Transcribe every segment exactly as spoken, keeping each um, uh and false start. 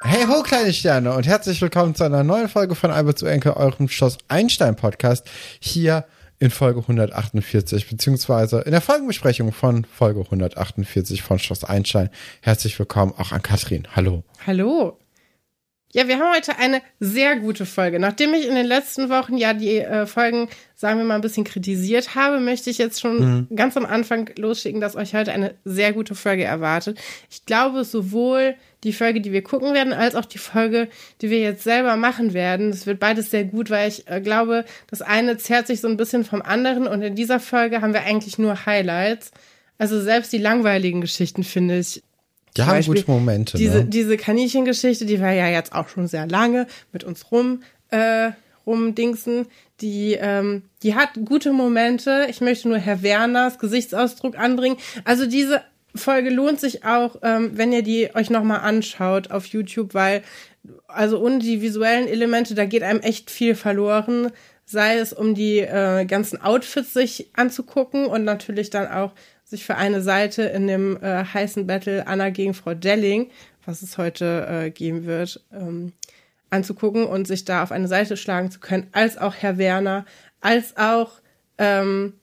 Hey ho, kleine Sterne und herzlich willkommen zu einer neuen Folge von Albert zu Enkel, eurem Schloss Einstein Podcast, hier in Folge hundertachtundvierzig, beziehungsweise in der Folgenbesprechung von Folge hundertachtundvierzig von Schloss Einstein. Herzlich willkommen auch an Katrin. Hallo. Hallo. Ja, wir haben heute eine sehr gute Folge. Nachdem ich in den letzten Wochen ja die äh, Folgen, sagen wir mal, ein bisschen kritisiert habe, möchte ich jetzt schon mhm. ganz am Anfang losschicken, dass euch heute eine sehr gute Folge erwartet. Ich glaube, sowohl die Folge, die wir gucken werden, als auch die Folge, die wir jetzt selber machen werden. Es wird beides sehr gut, weil ich äh, glaube, das eine zehrt sich so ein bisschen vom anderen und in dieser Folge haben wir eigentlich nur Highlights. Also selbst die langweiligen Geschichten, finde ich, Die haben Beispiel, gute Momente. Diese, ne? diese Kaninchengeschichte, die war ja jetzt auch schon sehr lange mit uns rum, äh, rumdingsen. Die, ähm, die hat gute Momente. Ich möchte nur Herr Werners Gesichtsausdruck anbringen. Also diese Folge lohnt sich auch, ähm, wenn ihr die euch nochmal anschaut auf YouTube, weil also ohne die visuellen Elemente, da geht einem echt viel verloren. Sei es, um die äh, ganzen Outfits sich anzugucken und natürlich dann auch sich für eine Seite in dem äh, heißen Battle Anna gegen Frau Delling, was es heute äh, geben wird, ähm, anzugucken und sich da auf eine Seite schlagen zu können, als auch Herr Werner, als auch ähm,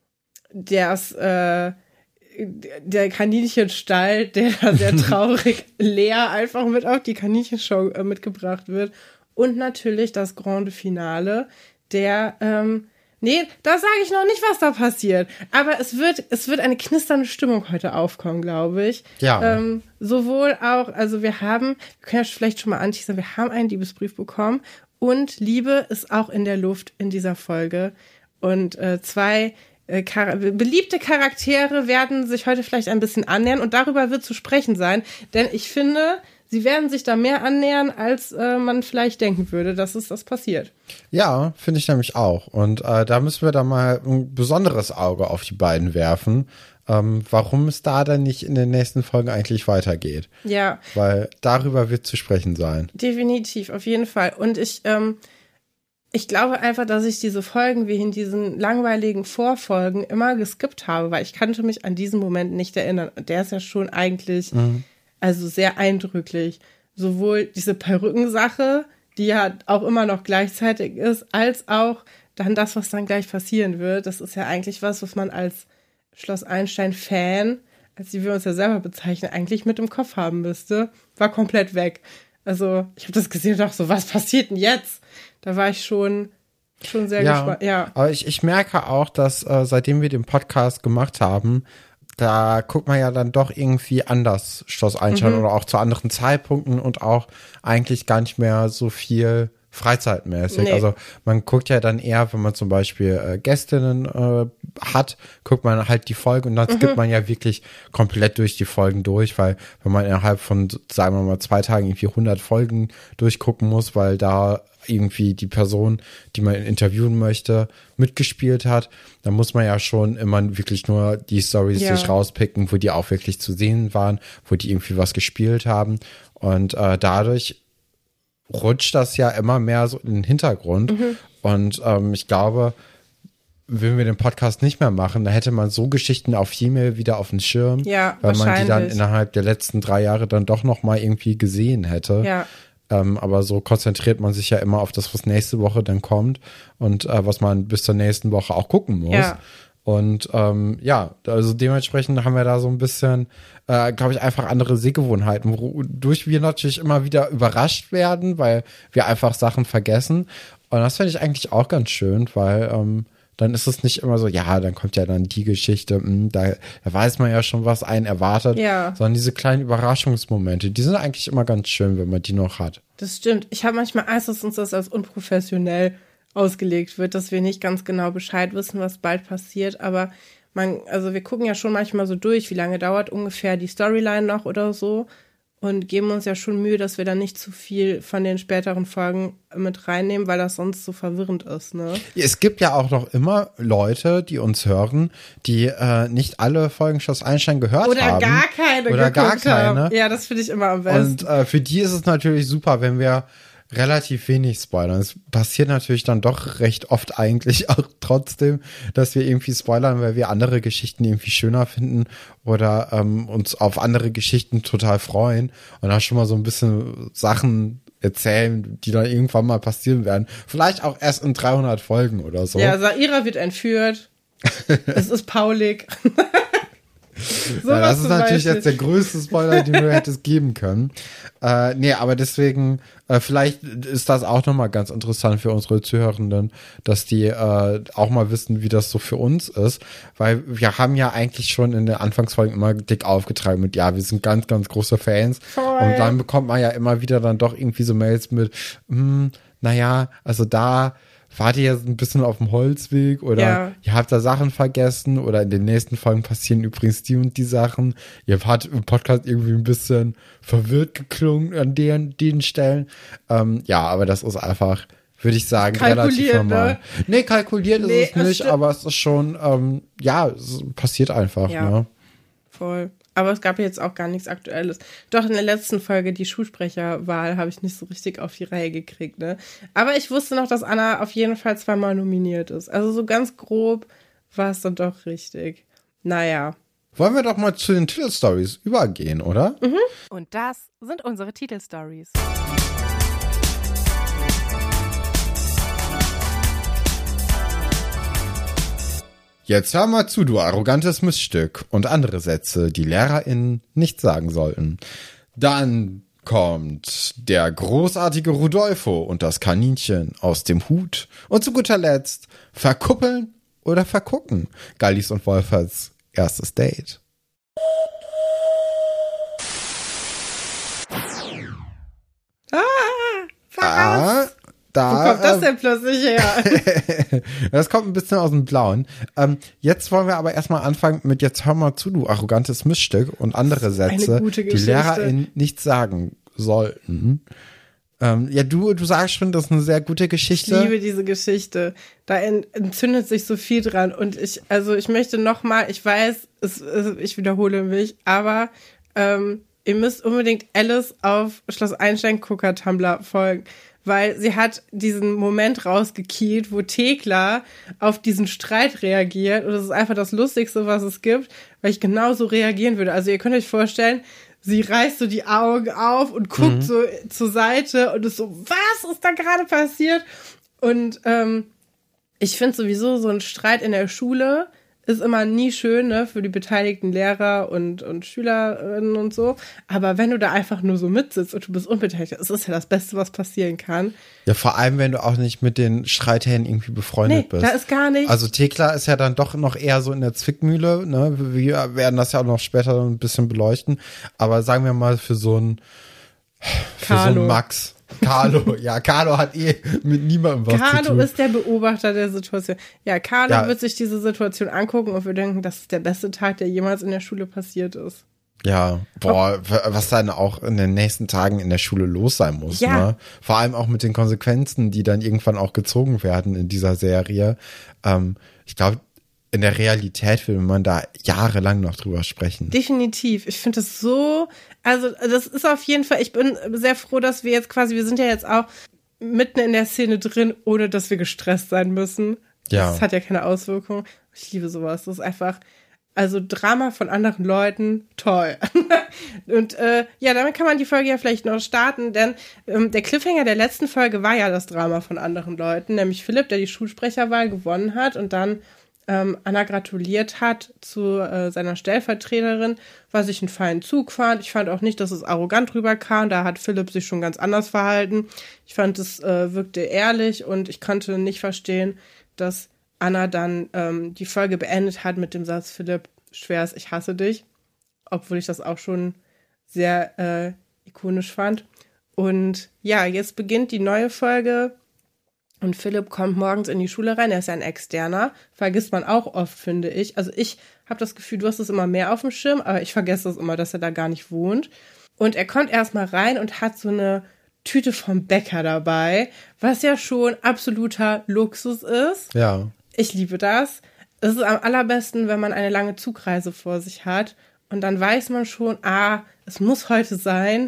das, äh, der Kaninchenstall, der da sehr traurig leer einfach mit auf die Kaninchenshow äh, mitgebracht wird und natürlich das Grande Finale, der ähm, Nee, da sage ich noch nicht, was da passiert. Aber es wird, es wird eine knisternde Stimmung heute aufkommen, glaube ich. Ja. Ähm, sowohl auch, also wir haben, wir können ja vielleicht schon mal anteasern, wir haben einen Liebesbrief bekommen und Liebe ist auch in der Luft in dieser Folge. Und äh, zwei äh, Char- beliebte Charaktere werden sich heute vielleicht ein bisschen annähern und darüber wird zu sprechen sein. Denn ich finde, sie werden sich da mehr annähern, als äh, man vielleicht denken würde, dass es das passiert. Ja, finde ich nämlich auch. Und äh, da müssen wir da mal ein besonderes Auge auf die beiden werfen, ähm, warum es da dann nicht in den nächsten Folgen eigentlich weitergeht. Ja. Weil darüber wird zu sprechen sein. Definitiv, auf jeden Fall. Und ich, ähm, ich glaube einfach, dass ich diese Folgen wie in diesen langweiligen Vorfolgen immer geskippt habe, weil ich kannte mich an diesen Moment nicht erinnern. Und der ist ja schon eigentlich... Mhm. Also sehr eindrücklich. Sowohl diese Perückensache, die ja auch immer noch gleichzeitig ist, als auch dann das, was dann gleich passieren wird. Das ist ja eigentlich was, was man als Schloss Einstein-Fan, als die wir uns ja selber bezeichnen, eigentlich mit im Kopf haben müsste. War komplett weg. Also ich habe das gesehen und dachte so, was passiert denn jetzt? Da war ich schon, schon sehr ja, gespannt. Ja, aber ich, ich merke auch, dass äh, seitdem wir den Podcast gemacht haben, da guckt man ja dann doch irgendwie anders Schloss Einstein mhm. oder auch zu anderen Zeitpunkten und auch eigentlich gar nicht mehr so viel freizeitmäßig. Nee. Also man guckt ja dann eher, wenn man zum Beispiel äh, Gästinnen äh, hat, guckt man halt die Folge und dann mhm. skippt man ja wirklich komplett durch die Folgen durch, weil wenn man innerhalb von, sagen wir mal, zwei Tagen irgendwie hundert Folgen durchgucken muss, weil da irgendwie die Person, die man interviewen möchte, mitgespielt hat, dann muss man ja schon immer wirklich nur die Storys ja. sich rauspicken, wo die auch wirklich zu sehen waren, wo die irgendwie was gespielt haben und äh, dadurch rutscht das ja immer mehr so in den Hintergrund mhm. und ähm, ich glaube, wenn wir den Podcast nicht mehr machen, dann hätte man so Geschichten auf E-Mail wieder auf dem Schirm, ja, weil man die dann innerhalb der letzten drei Jahre dann doch noch mal irgendwie gesehen hätte. Ja. Ähm, aber so konzentriert man sich ja immer auf das, was nächste Woche dann kommt und äh, was man bis zur nächsten Woche auch gucken muss. Ja. Und ähm, ja, also dementsprechend haben wir da so ein bisschen, äh, glaube ich, einfach andere Sehgewohnheiten, wodurch wir natürlich immer wieder überrascht werden, weil wir einfach Sachen vergessen. Und das finde ich eigentlich auch ganz schön, weil ähm, dann ist es nicht immer so, ja, dann kommt ja dann die Geschichte, mh, da, da weiß man ja schon, was einen erwartet, ja. sondern diese kleinen Überraschungsmomente, die sind eigentlich immer ganz schön, wenn man die noch hat. Das stimmt. Ich habe manchmal Angst, dass uns das als unprofessionell ausgelegt wird, dass wir nicht ganz genau Bescheid wissen, was bald passiert, aber man, also wir gucken ja schon manchmal so durch, wie lange dauert ungefähr die Storyline noch oder so und geben uns ja schon Mühe, dass wir dann nicht zu viel von den späteren Folgen mit reinnehmen, weil das sonst so verwirrend ist, ne? Es gibt ja auch noch immer Leute, die uns hören, die äh, nicht alle Folgen Schloss Einstein gehört oder haben. Oder gar keine Oder gar keine. Haben. Ja, das finde ich immer am besten. Und äh, für die ist es natürlich super, wenn wir relativ wenig spoilern. Es passiert natürlich dann doch recht oft eigentlich auch trotzdem, dass wir irgendwie spoilern, weil wir andere Geschichten irgendwie schöner finden oder ähm, uns auf andere Geschichten total freuen und da schon mal so ein bisschen Sachen erzählen, die dann irgendwann mal passieren werden. Vielleicht auch erst in dreihundert Folgen oder so. Ja, Saira wird entführt. Es ist paulig. So ja, das ist natürlich Beispiel. Jetzt der größte Spoiler, den du hättest geben können. Äh, nee, aber deswegen, äh, vielleicht ist das auch nochmal ganz interessant für unsere Zuhörenden, dass die äh, auch mal wissen, wie das so für uns ist. Weil wir haben ja eigentlich schon in den Anfangsfolgen immer dick aufgetragen mit, ja, wir sind ganz, ganz große Fans. Voll. Und dann bekommt man ja immer wieder dann doch irgendwie so Mails mit, hm, naja, also da wart ihr jetzt ein bisschen auf dem Holzweg oder ja. ihr habt da Sachen vergessen oder in den nächsten Folgen passieren übrigens die und die Sachen. Ihr wart im Podcast irgendwie ein bisschen verwirrt geklungen an den, den Stellen. Ähm, ja, aber das ist einfach, würde ich sagen, relativ normal. Ne? Nee, kalkuliert nee, ist es nicht, stimmt. Aber es ist schon, ähm, ja, es passiert einfach. Ja, ne? Voll. Aber es gab jetzt auch gar nichts Aktuelles. Doch in der letzten Folge, die Schulsprecherwahl, habe ich nicht so richtig auf die Reihe gekriegt, ne? Aber ich wusste noch, dass Anna auf jeden Fall zweimal nominiert ist. Also so ganz grob war es dann doch richtig. Naja. Wollen wir doch mal zu den Titelstories übergehen, oder? Mhm. Und das sind unsere Titelstories. Jetzt hör mal zu, du arrogantes Missstück und andere Sätze, die LehrerInnen nicht sagen sollten. Dann kommt der großartige Rudolfo und das Kaninchen aus dem Hut. Und zu guter Letzt verkuppeln oder vergucken. Gallis und Wolferts erstes Date. Ah, ah Da, Wo kommt das denn plötzlich her? Das kommt ein bisschen aus dem Blauen. Ähm, jetzt wollen wir aber erstmal anfangen mit jetzt hör mal zu, du arrogantes Missstück und andere Sätze, die LehrerInnen nicht sagen sollten. Ähm, ja, du, du sagst schon, das ist eine sehr gute Geschichte. Ich liebe diese Geschichte. Da entzündet sich so viel dran und ich, also ich möchte nochmal, ich weiß, es, es, ich wiederhole mich, aber ähm, ihr müsst unbedingt Alice auf Schloss Einstein-Gucker-Tumblr folgen. Weil sie hat diesen Moment rausgekielt, wo Thekla auf diesen Streit reagiert. Und das ist einfach das Lustigste, was es gibt, weil ich genauso reagieren würde. Also ihr könnt euch vorstellen, sie reißt so die Augen auf und guckt mhm. so zur Seite und ist so, was ist da gerade passiert? Und ähm, ich finde sowieso so ein Streit in der Schule ist immer nie schön, ne, für die beteiligten Lehrer und, und Schülerinnen und so. Aber wenn du da einfach nur so mitsitzt und du bist unbeteiligt, das ist ja das Beste, was passieren kann. Ja, vor allem, wenn du auch nicht mit den Streithähnen irgendwie befreundet nee, bist. Da ist gar nicht. Also Thekla ist ja dann doch noch eher so in der Zwickmühle, ne. Wir werden das ja auch noch später ein bisschen beleuchten. Aber sagen wir mal für so ein, für Carlo. so ein Max. Carlo, ja, Carlo hat eh mit niemandem was Carlo zu tun. Carlo ist der Beobachter der Situation. Ja, Carlo ja. wird sich diese Situation angucken und wir denken, das ist der beste Tag, der jemals in der Schule passiert ist. Ja, boah, was dann auch in den nächsten Tagen in der Schule los sein muss, ja. ne? Vor allem auch mit den Konsequenzen, die dann irgendwann auch gezogen werden in dieser Serie. Ähm, ich glaube, in der Realität will man da jahrelang noch drüber sprechen. Definitiv. Ich finde das so, also das ist auf jeden Fall, ich bin sehr froh, dass wir jetzt quasi, wir sind ja jetzt auch mitten in der Szene drin, ohne dass wir gestresst sein müssen. Ja. Das hat ja keine Auswirkung. Ich liebe sowas. Das ist einfach, also Drama von anderen Leuten, toll. Und äh, ja, damit kann man die Folge ja vielleicht noch starten, denn ähm, der Cliffhanger der letzten Folge war ja das Drama von anderen Leuten, nämlich Philipp, der die Schulsprecherwahl gewonnen hat und dann Ähm, Anna gratuliert hat zu äh, seiner Stellvertreterin, was ich einen feinen Zug fand. Ich fand auch nicht, dass es arrogant rüberkam. Da hat Philipp sich schon ganz anders verhalten. Ich fand, es äh, wirkte ehrlich und ich konnte nicht verstehen, dass Anna dann ähm, die Folge beendet hat mit dem Satz, Philipp, schwer's, ich hasse dich. Obwohl ich das auch schon sehr äh, ikonisch fand. Und ja, jetzt beginnt die neue Folge. Und Philipp kommt morgens in die Schule rein, er ist ja ein Externer, vergisst man auch oft, finde ich. Also ich habe das Gefühl, du hast es immer mehr auf dem Schirm, aber ich vergesse das immer, dass er da gar nicht wohnt. Und er kommt erstmal rein und hat so eine Tüte vom Bäcker dabei, was ja schon absoluter Luxus ist. Ja. Ich liebe das. Es ist am allerbesten, wenn man eine lange Zugreise vor sich hat und dann weiß man schon, ah, es muss heute sein.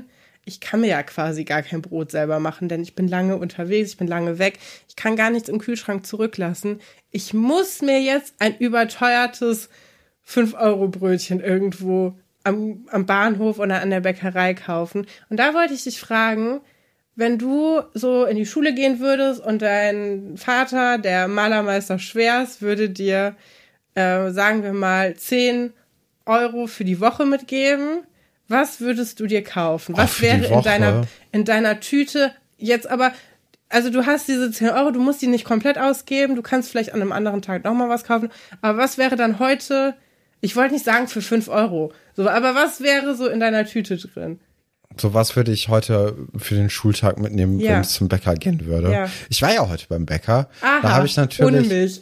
ich kann mir ja quasi gar kein Brot selber machen, denn ich bin lange unterwegs, ich bin lange weg. Ich kann gar nichts im Kühlschrank zurücklassen. Ich muss mir jetzt ein überteuertes fünf Euro Brötchen irgendwo am, am Bahnhof oder an der Bäckerei kaufen. Und da wollte ich dich fragen, wenn du so in die Schule gehen würdest und dein Vater, der Malermeister Schwers, würde dir, äh, sagen wir mal, zehn Euro für die Woche mitgeben, was würdest du dir kaufen? Was Ach, wäre in deiner, in deiner Tüte jetzt aber, also du hast diese zehn Euro, du musst die nicht komplett ausgeben, du kannst vielleicht an einem anderen Tag nochmal was kaufen, aber was wäre dann heute, ich wollte nicht sagen für fünf Euro, so, aber was wäre so in deiner Tüte drin? So was würde ich heute für den Schultag mitnehmen, ja. wenn ich zum Bäcker gehen würde. Ja. Ich war ja heute beim Bäcker. Aha, da habe ich natürlich, ohne Milch.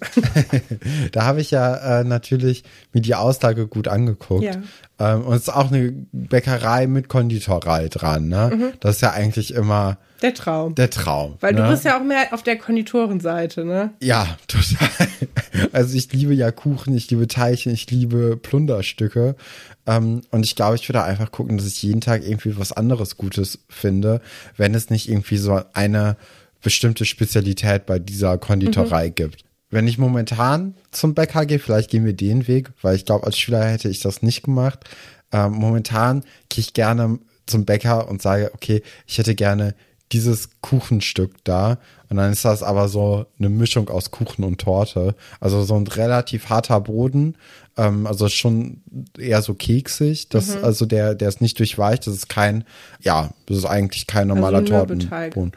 da habe ich ja äh, natürlich mir die Auslage gut angeguckt. Ja. Ähm, und es ist auch eine Bäckerei mit Konditorei dran. Ne? Mhm. Das ist ja eigentlich immer der Traum. Der Traum. Weil ne? du bist ja auch mehr auf der Konditorenseite, ne? Ja, total. Also ich liebe ja Kuchen, ich liebe Teilchen, ich liebe Plunderstücke. Ähm, und ich glaube, ich würde einfach gucken, dass ich jeden Tag irgendwie was anderes Gutes finde, wenn es nicht irgendwie so eine bestimmte Spezialität bei dieser Konditorei mhm. gibt. Wenn ich momentan zum Bäcker gehe, vielleicht gehen wir den Weg, weil ich glaube, als Schüler hätte ich das nicht gemacht. Ähm, momentan gehe ich gerne zum Bäcker und sage, okay, ich hätte gerne dieses Kuchenstück da. Und dann ist das aber so eine Mischung aus Kuchen und Torte. Also so ein relativ harter Boden. Ähm, also schon eher so keksig. Das, mhm. Also der, der ist nicht durchweicht. Das ist kein, ja, das ist eigentlich kein normaler also Tortenboden.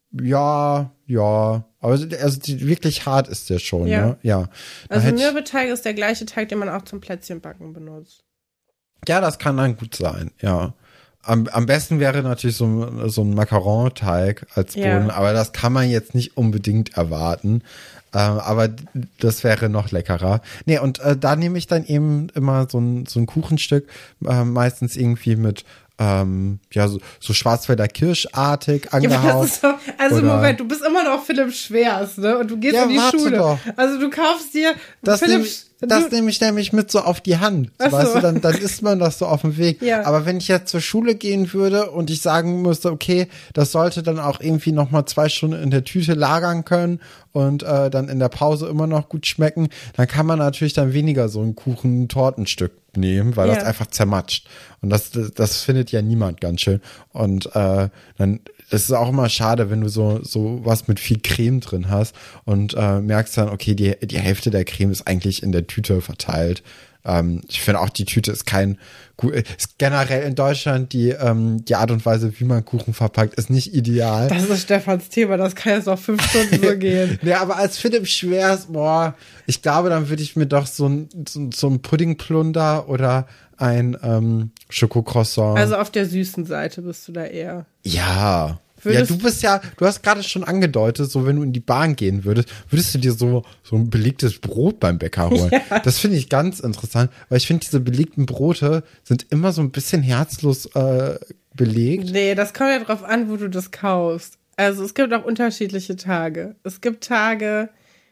Ja, ja. Aber also die, wirklich hart ist der schon, ja. ne? Ja. Also Mürbeteig ist der gleiche Teig, den man auch zum Plätzchenbacken benutzt. Ja, das kann dann gut sein, ja. Am, am besten wäre natürlich so, so ein Macaron-Teig als Boden, ja. aber das kann man jetzt nicht unbedingt erwarten. Ähm, aber das wäre noch leckerer. Nee, und äh, da nehme ich dann eben immer so ein, so ein Kuchenstück, äh, meistens irgendwie mit ähm, ja, so, so Schwarzwälder Kirschartig angehaucht. Ja, das ist doch, also oder, Moment, du bist immer noch Philipp Schwers, ne? Und du gehst ja, in die Schule. Doch. Also du kaufst dir das Philipp nehm, Das nehme ich nämlich mit so auf die Hand. So. Weißt du, dann, dann isst man das so auf dem Weg. Ja. Aber wenn ich jetzt zur Schule gehen würde und ich sagen müsste, okay, das sollte dann auch irgendwie noch mal zwei Stunden in der Tüte lagern können und äh, dann in der Pause immer noch gut schmecken, dann kann man natürlich dann weniger so ein Kuchen-Tortenstück nehmen, weil ja. das einfach zermatscht. Und das, das, das findet ja niemand ganz schön. Und äh, dann es ist auch immer schade, wenn du so so was mit viel Creme drin hast und äh, merkst dann, okay, die die Hälfte der Creme ist eigentlich in der Tüte verteilt. Ähm, ich finde auch, die Tüte ist kein gut, ist generell in Deutschland die ähm, die Art und Weise, wie man Kuchen verpackt, ist nicht ideal. Das ist Stefans Thema, das kann jetzt auch fünf Stunden so gehen. Ja, aber als Philipp Schwers, boah, ich glaube, dann würde ich mir doch so ein so, so ein Puddingplunder oder ein ähm, Schokocroissant. Also auf der süßen Seite bist du da eher. Ja. Würdest ja, du bist ja, du hast gerade schon angedeutet, so wenn du in die Bahn gehen würdest, würdest du dir so so ein belegtes Brot beim Bäcker holen. Ja. Das finde ich ganz interessant, weil ich finde, diese belegten Brote sind immer so ein bisschen herzlos äh, belegt. Nee, das kommt ja drauf an, wo du das kaufst. Also es gibt auch unterschiedliche Tage. Es gibt Tage,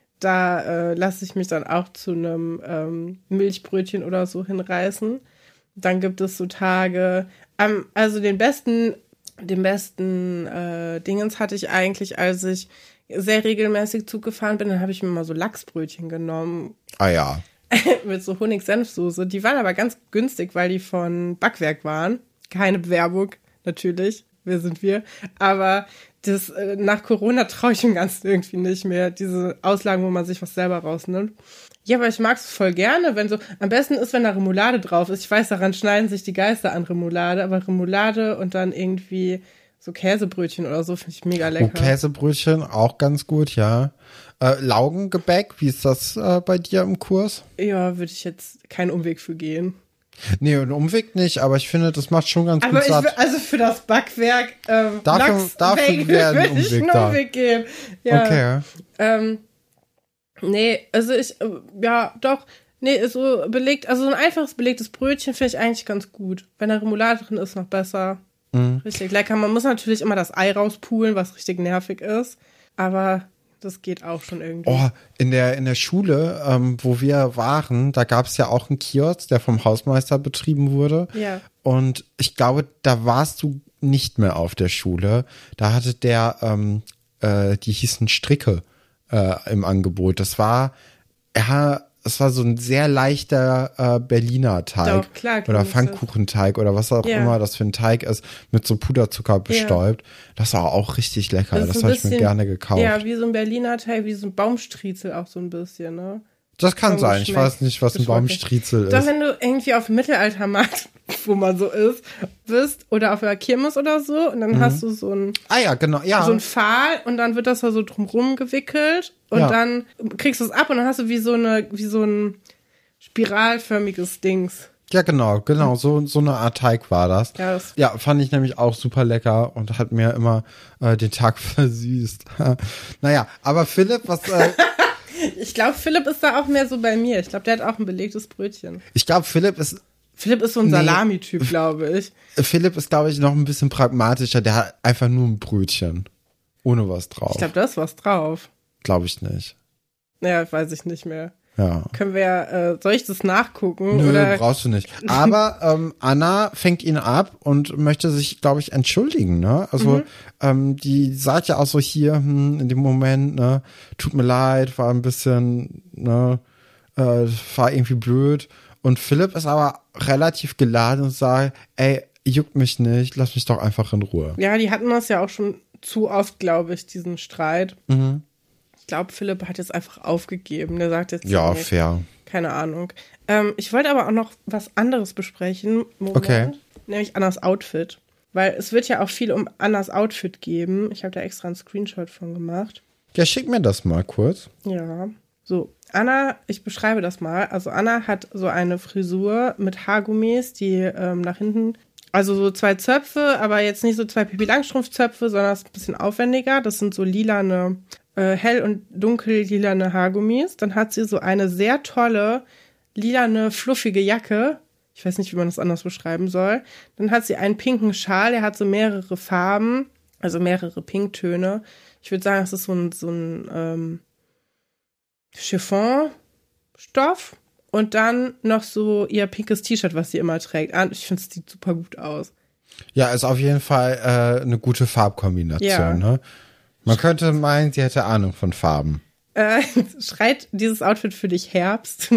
da äh, lasse ich mich dann auch zu einem ähm, Milchbrötchen oder so hinreißen. Dann gibt es so Tage, ähm, also den besten Den besten äh, Dingens hatte ich eigentlich, als ich sehr regelmäßig Zug gefahren bin, dann habe ich mir mal so Lachsbrötchen genommen. Ah ja. Mit so Honig-Senfsoße. Die waren aber ganz günstig, weil die von Backwerk waren. Keine Werbung, natürlich. Wer sind wir? Aber das äh, nach Corona traue ich dem Ganzen irgendwie nicht mehr. Diese Auslagen, wo man sich was selber rausnimmt. Ja, aber ich mag es voll gerne, wenn so, am besten ist, wenn da Remoulade drauf ist. Ich weiß, daran schneiden sich die Geister an Remoulade, aber Remoulade und dann irgendwie so Käsebrötchen oder so finde ich mega lecker. Oh, Käsebrötchen, auch ganz gut, ja. Äh, Laugengebäck, wie ist das äh, bei dir im Kurs? Ja, würde ich jetzt keinen Umweg für gehen. Nee, einen Umweg nicht, aber ich finde, das macht schon ganz aber gut satt. Aber also für das Backwerk ähm, dafür, dafür wäre ein Umweg ich einen da. Umweg gehen. Ja. Okay. Ähm, nee, also ich, äh, ja, doch, nee, so belegt, also so ein einfaches belegtes Brötchen finde ich eigentlich ganz gut. Wenn da Remoulade drin ist, noch besser. Mhm. Richtig lecker. Man muss natürlich immer das Ei rauspulen, was richtig nervig ist, aber das geht auch schon irgendwie. Oh, in der, in der Schule, ähm, wo wir waren, da gab es ja auch einen Kiosk, der vom Hausmeister betrieben wurde. Ja. Und ich glaube, da warst du nicht mehr auf der Schule. Da hatte der, ähm, äh, die hießen Stricke äh, im Angebot. Das war, ja, es war so ein sehr leichter äh, Berliner Teig. Doch, klar, oder Pfannkuchenteig oder was auch ja. immer das für ein Teig ist, mit so Puderzucker bestäubt. Ja. Das war auch richtig lecker. Das, das habe ich mir gerne gekauft. Ja, wie so ein Berliner Teig, wie so ein Baumstriezel auch so ein bisschen, ne? Das kann so sein. Ich weiß nicht, was ein Baumstriezel ist. Doch, wenn du irgendwie auf dem Mittelaltermarkt, wo man so ist, bist oder auf der Kirmes oder so und dann mhm. hast du so ein ah ja, genau, ja. so ein Pfahl und dann wird das da so drumrum gewickelt und ja. dann kriegst du es ab und dann hast du wie so eine wie so ein spiralförmiges Dings. Ja, genau, genau, so so eine Art Teig war das. Ja, das ja, fand ich nämlich auch super lecker und hat mir immer äh, den Tag versüßt. Naja, aber Philipp, was äh, ich glaube, Philipp ist da auch mehr so bei mir. Ich glaube, der hat auch ein belegtes Brötchen. Ich glaube, Philipp ist... Philipp ist so ein nee, Salami-Typ, glaube ich. Philipp ist, glaube ich, noch ein bisschen pragmatischer. Der hat einfach nur ein Brötchen. Ohne was drauf. Ich glaube, da ist was drauf. Glaube ich nicht. Naja, weiß ich nicht mehr. Ja. Können wir ja, äh, soll ich das nachgucken? Nö, oder? brauchst du nicht. Aber ähm, Anna fängt ihn ab und möchte sich, glaube ich, entschuldigen, ne? Also, mhm. ähm, die sagt ja auch so hier, hm, in dem Moment, ne, tut mir leid, war ein bisschen, ne, äh, war irgendwie blöd. Und Philipp ist aber relativ geladen und sagt, ey, juckt mich nicht, lass mich doch einfach in Ruhe. Ja, die hatten das ja auch schon zu oft, glaube ich, diesen Streit. Mhm. Ich glaube, Philipp hat jetzt einfach aufgegeben. Der sagt jetzt ja, nicht, fair. Keine Ahnung. Ähm, ich wollte aber auch noch was anderes besprechen. Moment, okay. Nämlich Annas Outfit. Weil es wird ja auch viel um Annas Outfit geben. Ich habe da extra einen Screenshot von gemacht. Ja, schick mir das mal kurz. Ja. So, Anna, ich beschreibe das mal. Also Anna hat so eine Frisur mit Haargummis, die ähm, nach hinten, also so zwei Zöpfe, aber jetzt nicht so zwei Pipi-Langstrumpf-Zöpfe, sondern es ist ein bisschen aufwendiger. Das sind so lilane Äh, hell- und dunkel-lilane Haargummis. Dann hat sie so eine sehr tolle, lilane, fluffige Jacke. Ich weiß nicht, wie man das anders beschreiben soll. Dann hat sie einen pinken Schal, der hat so mehrere Farben, also mehrere Pinktöne. Ich würde sagen, es ist so ein, so ein ähm, Chiffon-Stoff. Und dann noch so ihr pinkes T-Shirt, was sie immer trägt. Ich finde, es sieht super gut aus. Ja, ist auf jeden Fall äh, eine gute Farbkombination, ja. ne? Man könnte meinen, sie hätte Ahnung von Farben. Äh, schreit dieses Outfit für dich Herbst?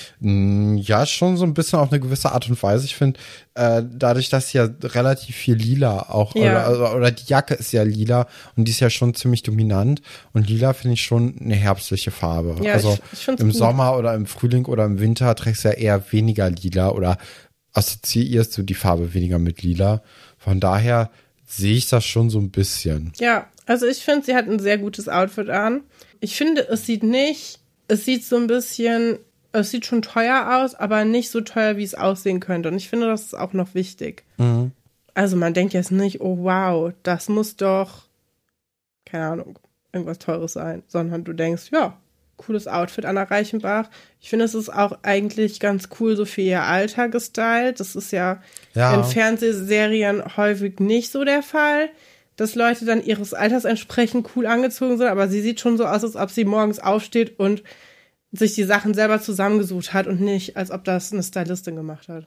Ja, schon so ein bisschen auf eine gewisse Art und Weise. Ich finde, äh, dadurch, dass ja relativ viel lila auch, ja. oder, oder die Jacke ist ja lila und die ist ja schon ziemlich dominant. Und lila finde ich schon eine herbstliche Farbe. Ja, also ich, ich im gut. Sommer oder im Frühling oder im Winter trägst du ja eher weniger lila oder assoziierst du die Farbe weniger mit lila. Von daher sehe ich das schon so ein bisschen. Ja, also ich finde, sie hat ein sehr gutes Outfit an. Ich finde, es sieht nicht, es sieht so ein bisschen, es sieht schon teuer aus, aber nicht so teuer, wie es aussehen könnte. Und ich finde, das ist auch noch wichtig. Mhm. Also man denkt jetzt nicht, oh wow, das muss doch, keine Ahnung, irgendwas Teures sein. Sondern du denkst, ja, cooles Outfit, Anna Reichenbach. Ich finde, es ist auch eigentlich ganz cool so für ihr Alter gestylt. Das ist ja, ja in Fernsehserien häufig nicht so der Fall, dass Leute dann ihres Alters entsprechend cool angezogen sind, aber sie sieht schon so aus, als ob sie morgens aufsteht und sich die Sachen selber zusammengesucht hat und nicht, als ob das eine Stylistin gemacht hat.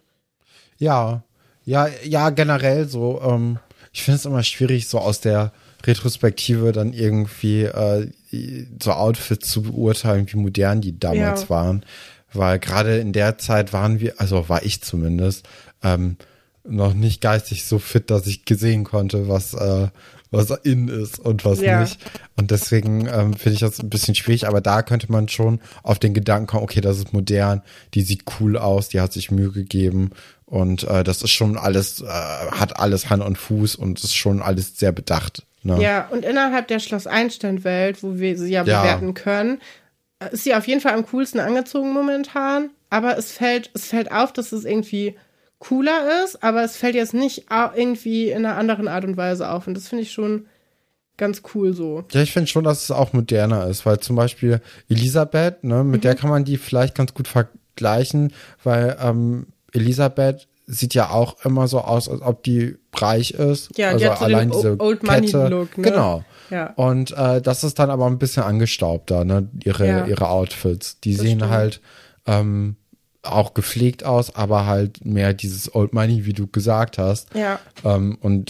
Ja, ja, ja, generell so. Ähm, ich finde es immer schwierig, so aus der Retrospektive dann irgendwie äh, so Outfits zu beurteilen, wie modern die damals ja. waren, weil gerade in der Zeit waren wir, also war ich zumindest, ähm, noch nicht geistig so fit, dass ich gesehen konnte, was äh, was in ist und was ja. nicht. Und deswegen ähm, finde ich das ein bisschen schwierig, aber da könnte man schon auf den Gedanken kommen, okay, das ist modern, die sieht cool aus, die hat sich Mühe gegeben und äh, das ist schon alles, äh, hat alles Hand und Fuß und ist schon alles sehr bedacht. Ne? Ja, und innerhalb der Schloss-Einstein-Welt, wo wir sie ja, ja bewerten können, ist sie auf jeden Fall am coolsten angezogen momentan, aber es fällt, es fällt auf, dass es irgendwie cooler ist, aber es fällt jetzt nicht irgendwie in einer anderen Art und Weise auf. Und das finde ich schon ganz cool so. Ja, ich finde schon, dass es auch moderner ist, weil zum Beispiel Elisabeth, ne, mit mhm. der kann man die vielleicht ganz gut vergleichen, weil ähm, Elisabeth sieht ja auch immer so aus, als ob die reich ist. Ja, also die hat so allein den diese Old Kette. Money Look, ne? Genau. Ja. Und äh, das ist dann aber ein bisschen angestaubter, ne, ihre, ja. ihre Outfits. Die das sehen stimmt. halt ähm, auch gepflegt aus, aber halt mehr dieses Old Money, wie du gesagt hast. Ja. Ähm, und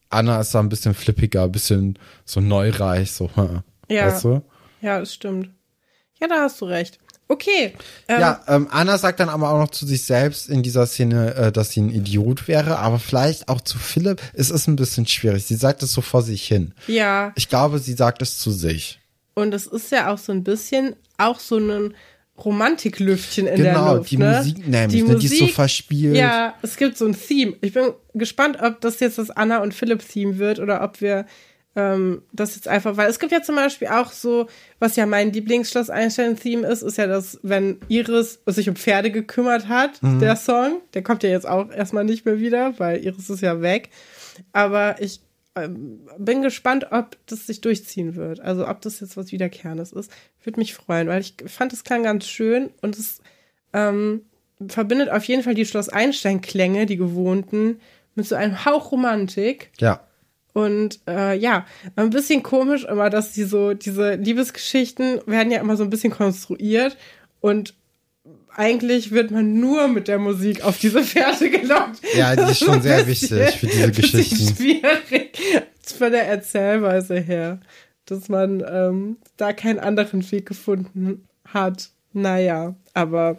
Anna ist da ein bisschen flippiger, ein bisschen so neureich, so, ja. weißt du? Ja, das stimmt. Ja, da hast du recht. Okay. Ähm, ja, ähm, Anna sagt dann aber auch noch zu sich selbst in dieser Szene, äh, dass sie ein Idiot wäre, aber vielleicht auch zu Philipp. Es ist ein bisschen schwierig. Sie sagt es so vor sich hin. Ja. Ich glaube, sie sagt es zu sich. Und es ist ja auch so ein bisschen auch so ein Romantiklüftchen in genau, der Luft. Die ne? Musik nämlich, die ne, Musik, die ist so verspielt. Ja, es gibt so ein Theme. Ich bin gespannt, ob das jetzt das Anna und Philipp-Theme wird oder ob wir ähm, das jetzt einfach, weil es gibt ja zum Beispiel auch so, was ja mein Lieblingsschloss-Einstein-Theme ist, ist ja das, wenn Iris sich um Pferde gekümmert hat, mhm. der Song. Der kommt ja jetzt auch erstmal nicht mehr wieder, weil Iris ist ja weg. Aber ich ähm, bin gespannt, ob das sich durchziehen wird. Also ob das jetzt was Wiederkehrendes ist. Würde mich freuen, weil ich fand, es klang ganz schön und es ähm, verbindet auf jeden Fall die Schloss-Einstein-Klänge, die gewohnten, mit so einem Hauch Romantik. Ja. Und äh, ja, ein bisschen komisch immer, dass die so, diese Liebesgeschichten werden ja immer so ein bisschen konstruiert und eigentlich wird man nur mit der Musik auf diese Pferde gelockt. Ja, die ist schon sehr bisschen, wichtig für diese Geschichten. Schwierig von der Erzählweise her, dass man ähm, da keinen anderen Weg gefunden hat. Naja, aber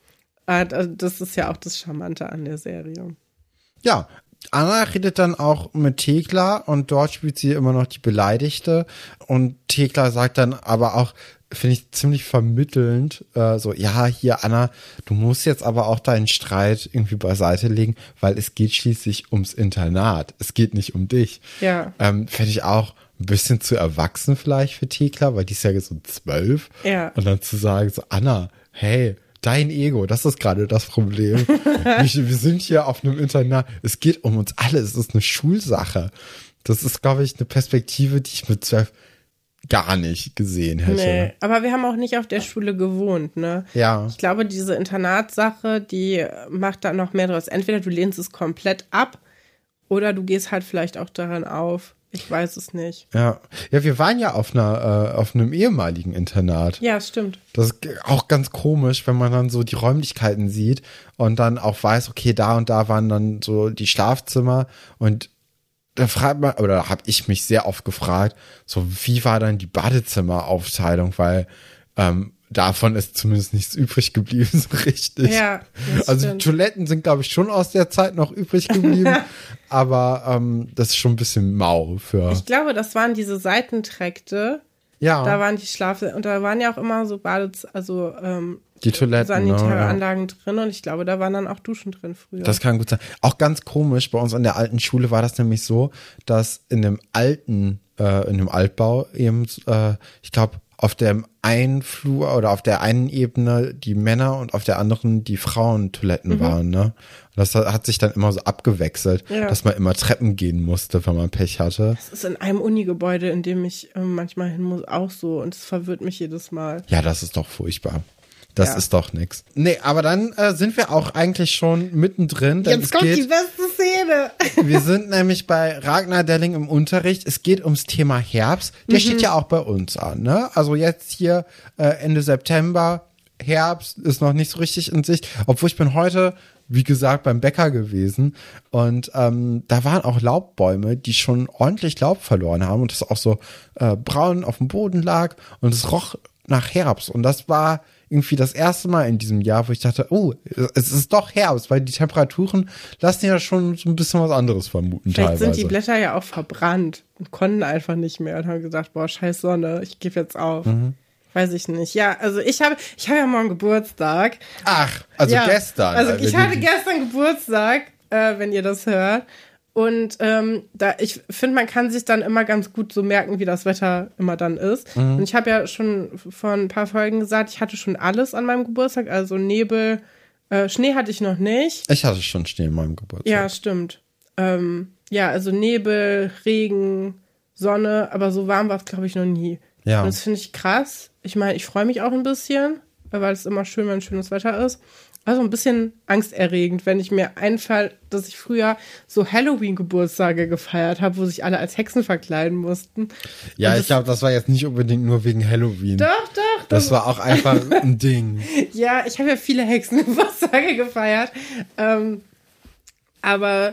äh, das ist ja auch das Charmante an der Serie. Ja, Anna redet dann auch mit Thekla und dort spielt sie immer noch die Beleidigte und Thekla sagt dann aber auch, finde ich ziemlich vermittelnd, äh, so, ja, hier Anna, du musst jetzt aber auch deinen Streit irgendwie beiseite legen, weil es geht schließlich ums Internat, es geht nicht um dich. Ja. Ähm, finde ich auch ein bisschen zu erwachsen vielleicht für Thekla, weil die ist ja so zwölf. Ja. Und dann zu sagen, so, Anna, hey, dein Ego, das ist gerade das Problem. wir, wir sind hier auf einem Internat. Es geht um uns alle. Es ist eine Schulsache. Das ist, glaube ich, eine Perspektive, die ich mit zwölf gar nicht gesehen hätte. Nee, aber wir haben auch nicht auf der Schule gewohnt, ne? Ja. Ich glaube, diese Internatssache, die macht da noch mehr draus. Entweder du lehnst es komplett ab oder du gehst halt vielleicht auch daran auf. Ich weiß es nicht. Ja, ja, wir waren ja auf einer, äh, auf einem ehemaligen Internat. Ja, stimmt. Das ist auch ganz komisch, wenn man dann so die Räumlichkeiten sieht und dann auch weiß, okay, da und da waren dann so die Schlafzimmer und da fragt man, oder habe ich mich sehr oft gefragt, so wie war dann die Badezimmeraufteilung, weil ähm, davon ist zumindest nichts übrig geblieben, so richtig. Ja, also stimmt. die Toiletten sind, glaube ich, schon aus der Zeit noch übrig geblieben, aber ähm, das ist schon ein bisschen mau für. Ich glaube, das waren diese Seitenträkte. Ja. Da waren die Schlaf- und da waren ja auch immer so Badez, also ähm, die Toiletten, sanitäre ne, ja. Anlagen drin und ich glaube, da waren dann auch Duschen drin früher. Das kann gut sein. Auch ganz komisch, bei uns an der alten Schule war das nämlich so, dass in dem alten, äh, in dem Altbau eben, äh, ich glaube, auf dem einen Flur oder auf der einen Ebene die Männer und auf der anderen die Frauentoiletten mhm. waren, ne? Und das hat sich dann immer so abgewechselt, ja. dass man immer Treppen gehen musste, wenn man Pech hatte. Das ist in einem Uni-Gebäude, in dem ich äh, manchmal hin muss, auch so und es verwirrt mich jedes Mal. Ja, das ist doch furchtbar. Das ja. ist doch nix. Nee, aber dann äh, sind wir auch eigentlich schon mittendrin. Denn Jetzt es kommt geht, die beste Szene. Wir sind nämlich bei Ragnar Delling im Unterricht. Es geht ums Thema Herbst. Der mhm. steht ja auch bei uns an, ne? Also jetzt hier äh, Ende September, Herbst ist noch nicht so richtig in Sicht. Obwohl ich bin heute, wie gesagt, beim Bäcker gewesen und ähm, da waren auch Laubbäume, die schon ordentlich Laub verloren haben und das auch so äh, braun auf dem Boden lag und es roch nach Herbst und das war irgendwie das erste Mal in diesem Jahr, wo ich dachte, oh, es ist doch Herbst, weil die Temperaturen lassen ja schon so ein bisschen was anderes vermuten. Vielleicht teilweise. sind die Blätter ja auch verbrannt und konnten einfach nicht mehr und haben gesagt, boah, scheiß Sonne, ich gebe jetzt auf. Mhm. Weiß ich nicht. Ja, also ich habe ich habe ja morgen Geburtstag. Ach, also ja, gestern. Also ich hatte gestern Geburtstag, äh, wenn ihr das hört. Und ähm, da ich finde, man kann sich dann immer ganz gut so merken, wie das Wetter immer dann ist. Mhm. Und ich habe ja schon vor ein paar Folgen gesagt, ich hatte schon alles an meinem Geburtstag. Also Nebel, äh, Schnee hatte ich noch nicht. Ich hatte schon Schnee an meinem Geburtstag. Ja, stimmt. Ähm, ja, also Nebel, Regen, Sonne, aber so warm war es, glaube ich, noch nie. Ja. Und das finde ich krass. Ich meine, ich freue mich auch ein bisschen, weil es immer schön, wenn schönes Wetter ist. Also ein bisschen angsterregend, wenn ich mir einfällt, dass ich früher so Halloween-Geburtstage gefeiert habe, wo sich alle als Hexen verkleiden mussten. Ja, das, ich glaube, das war jetzt nicht unbedingt nur wegen Halloween. Doch, doch. Das, das war auch einfach ein Ding. Ja, ich habe ja viele Hexengeburtstage gefeiert. Ähm, aber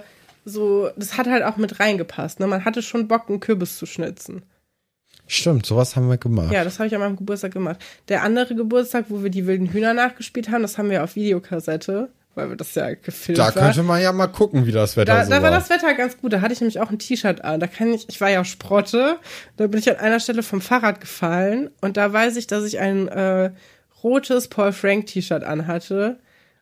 so, das hat halt auch mit reingepasst. Ne? Man hatte schon Bock, einen Kürbis zu schnitzen. Stimmt, sowas haben wir gemacht. Ja, das habe ich an meinem Geburtstag gemacht. Der andere Geburtstag, wo wir die wilden Hühner nachgespielt haben, das haben wir auf Videokassette, weil wir das ja gefilmt haben. Da könnte man ja mal gucken, wie das Wetter da, so da war. war das Wetter ganz gut. Da hatte ich nämlich auch ein T-Shirt an. Da kann ich, ich war ja Sprotte. Da bin ich an einer Stelle vom Fahrrad gefallen. Und da weiß ich, dass ich ein äh, rotes Paul Frank T-Shirt anhatte.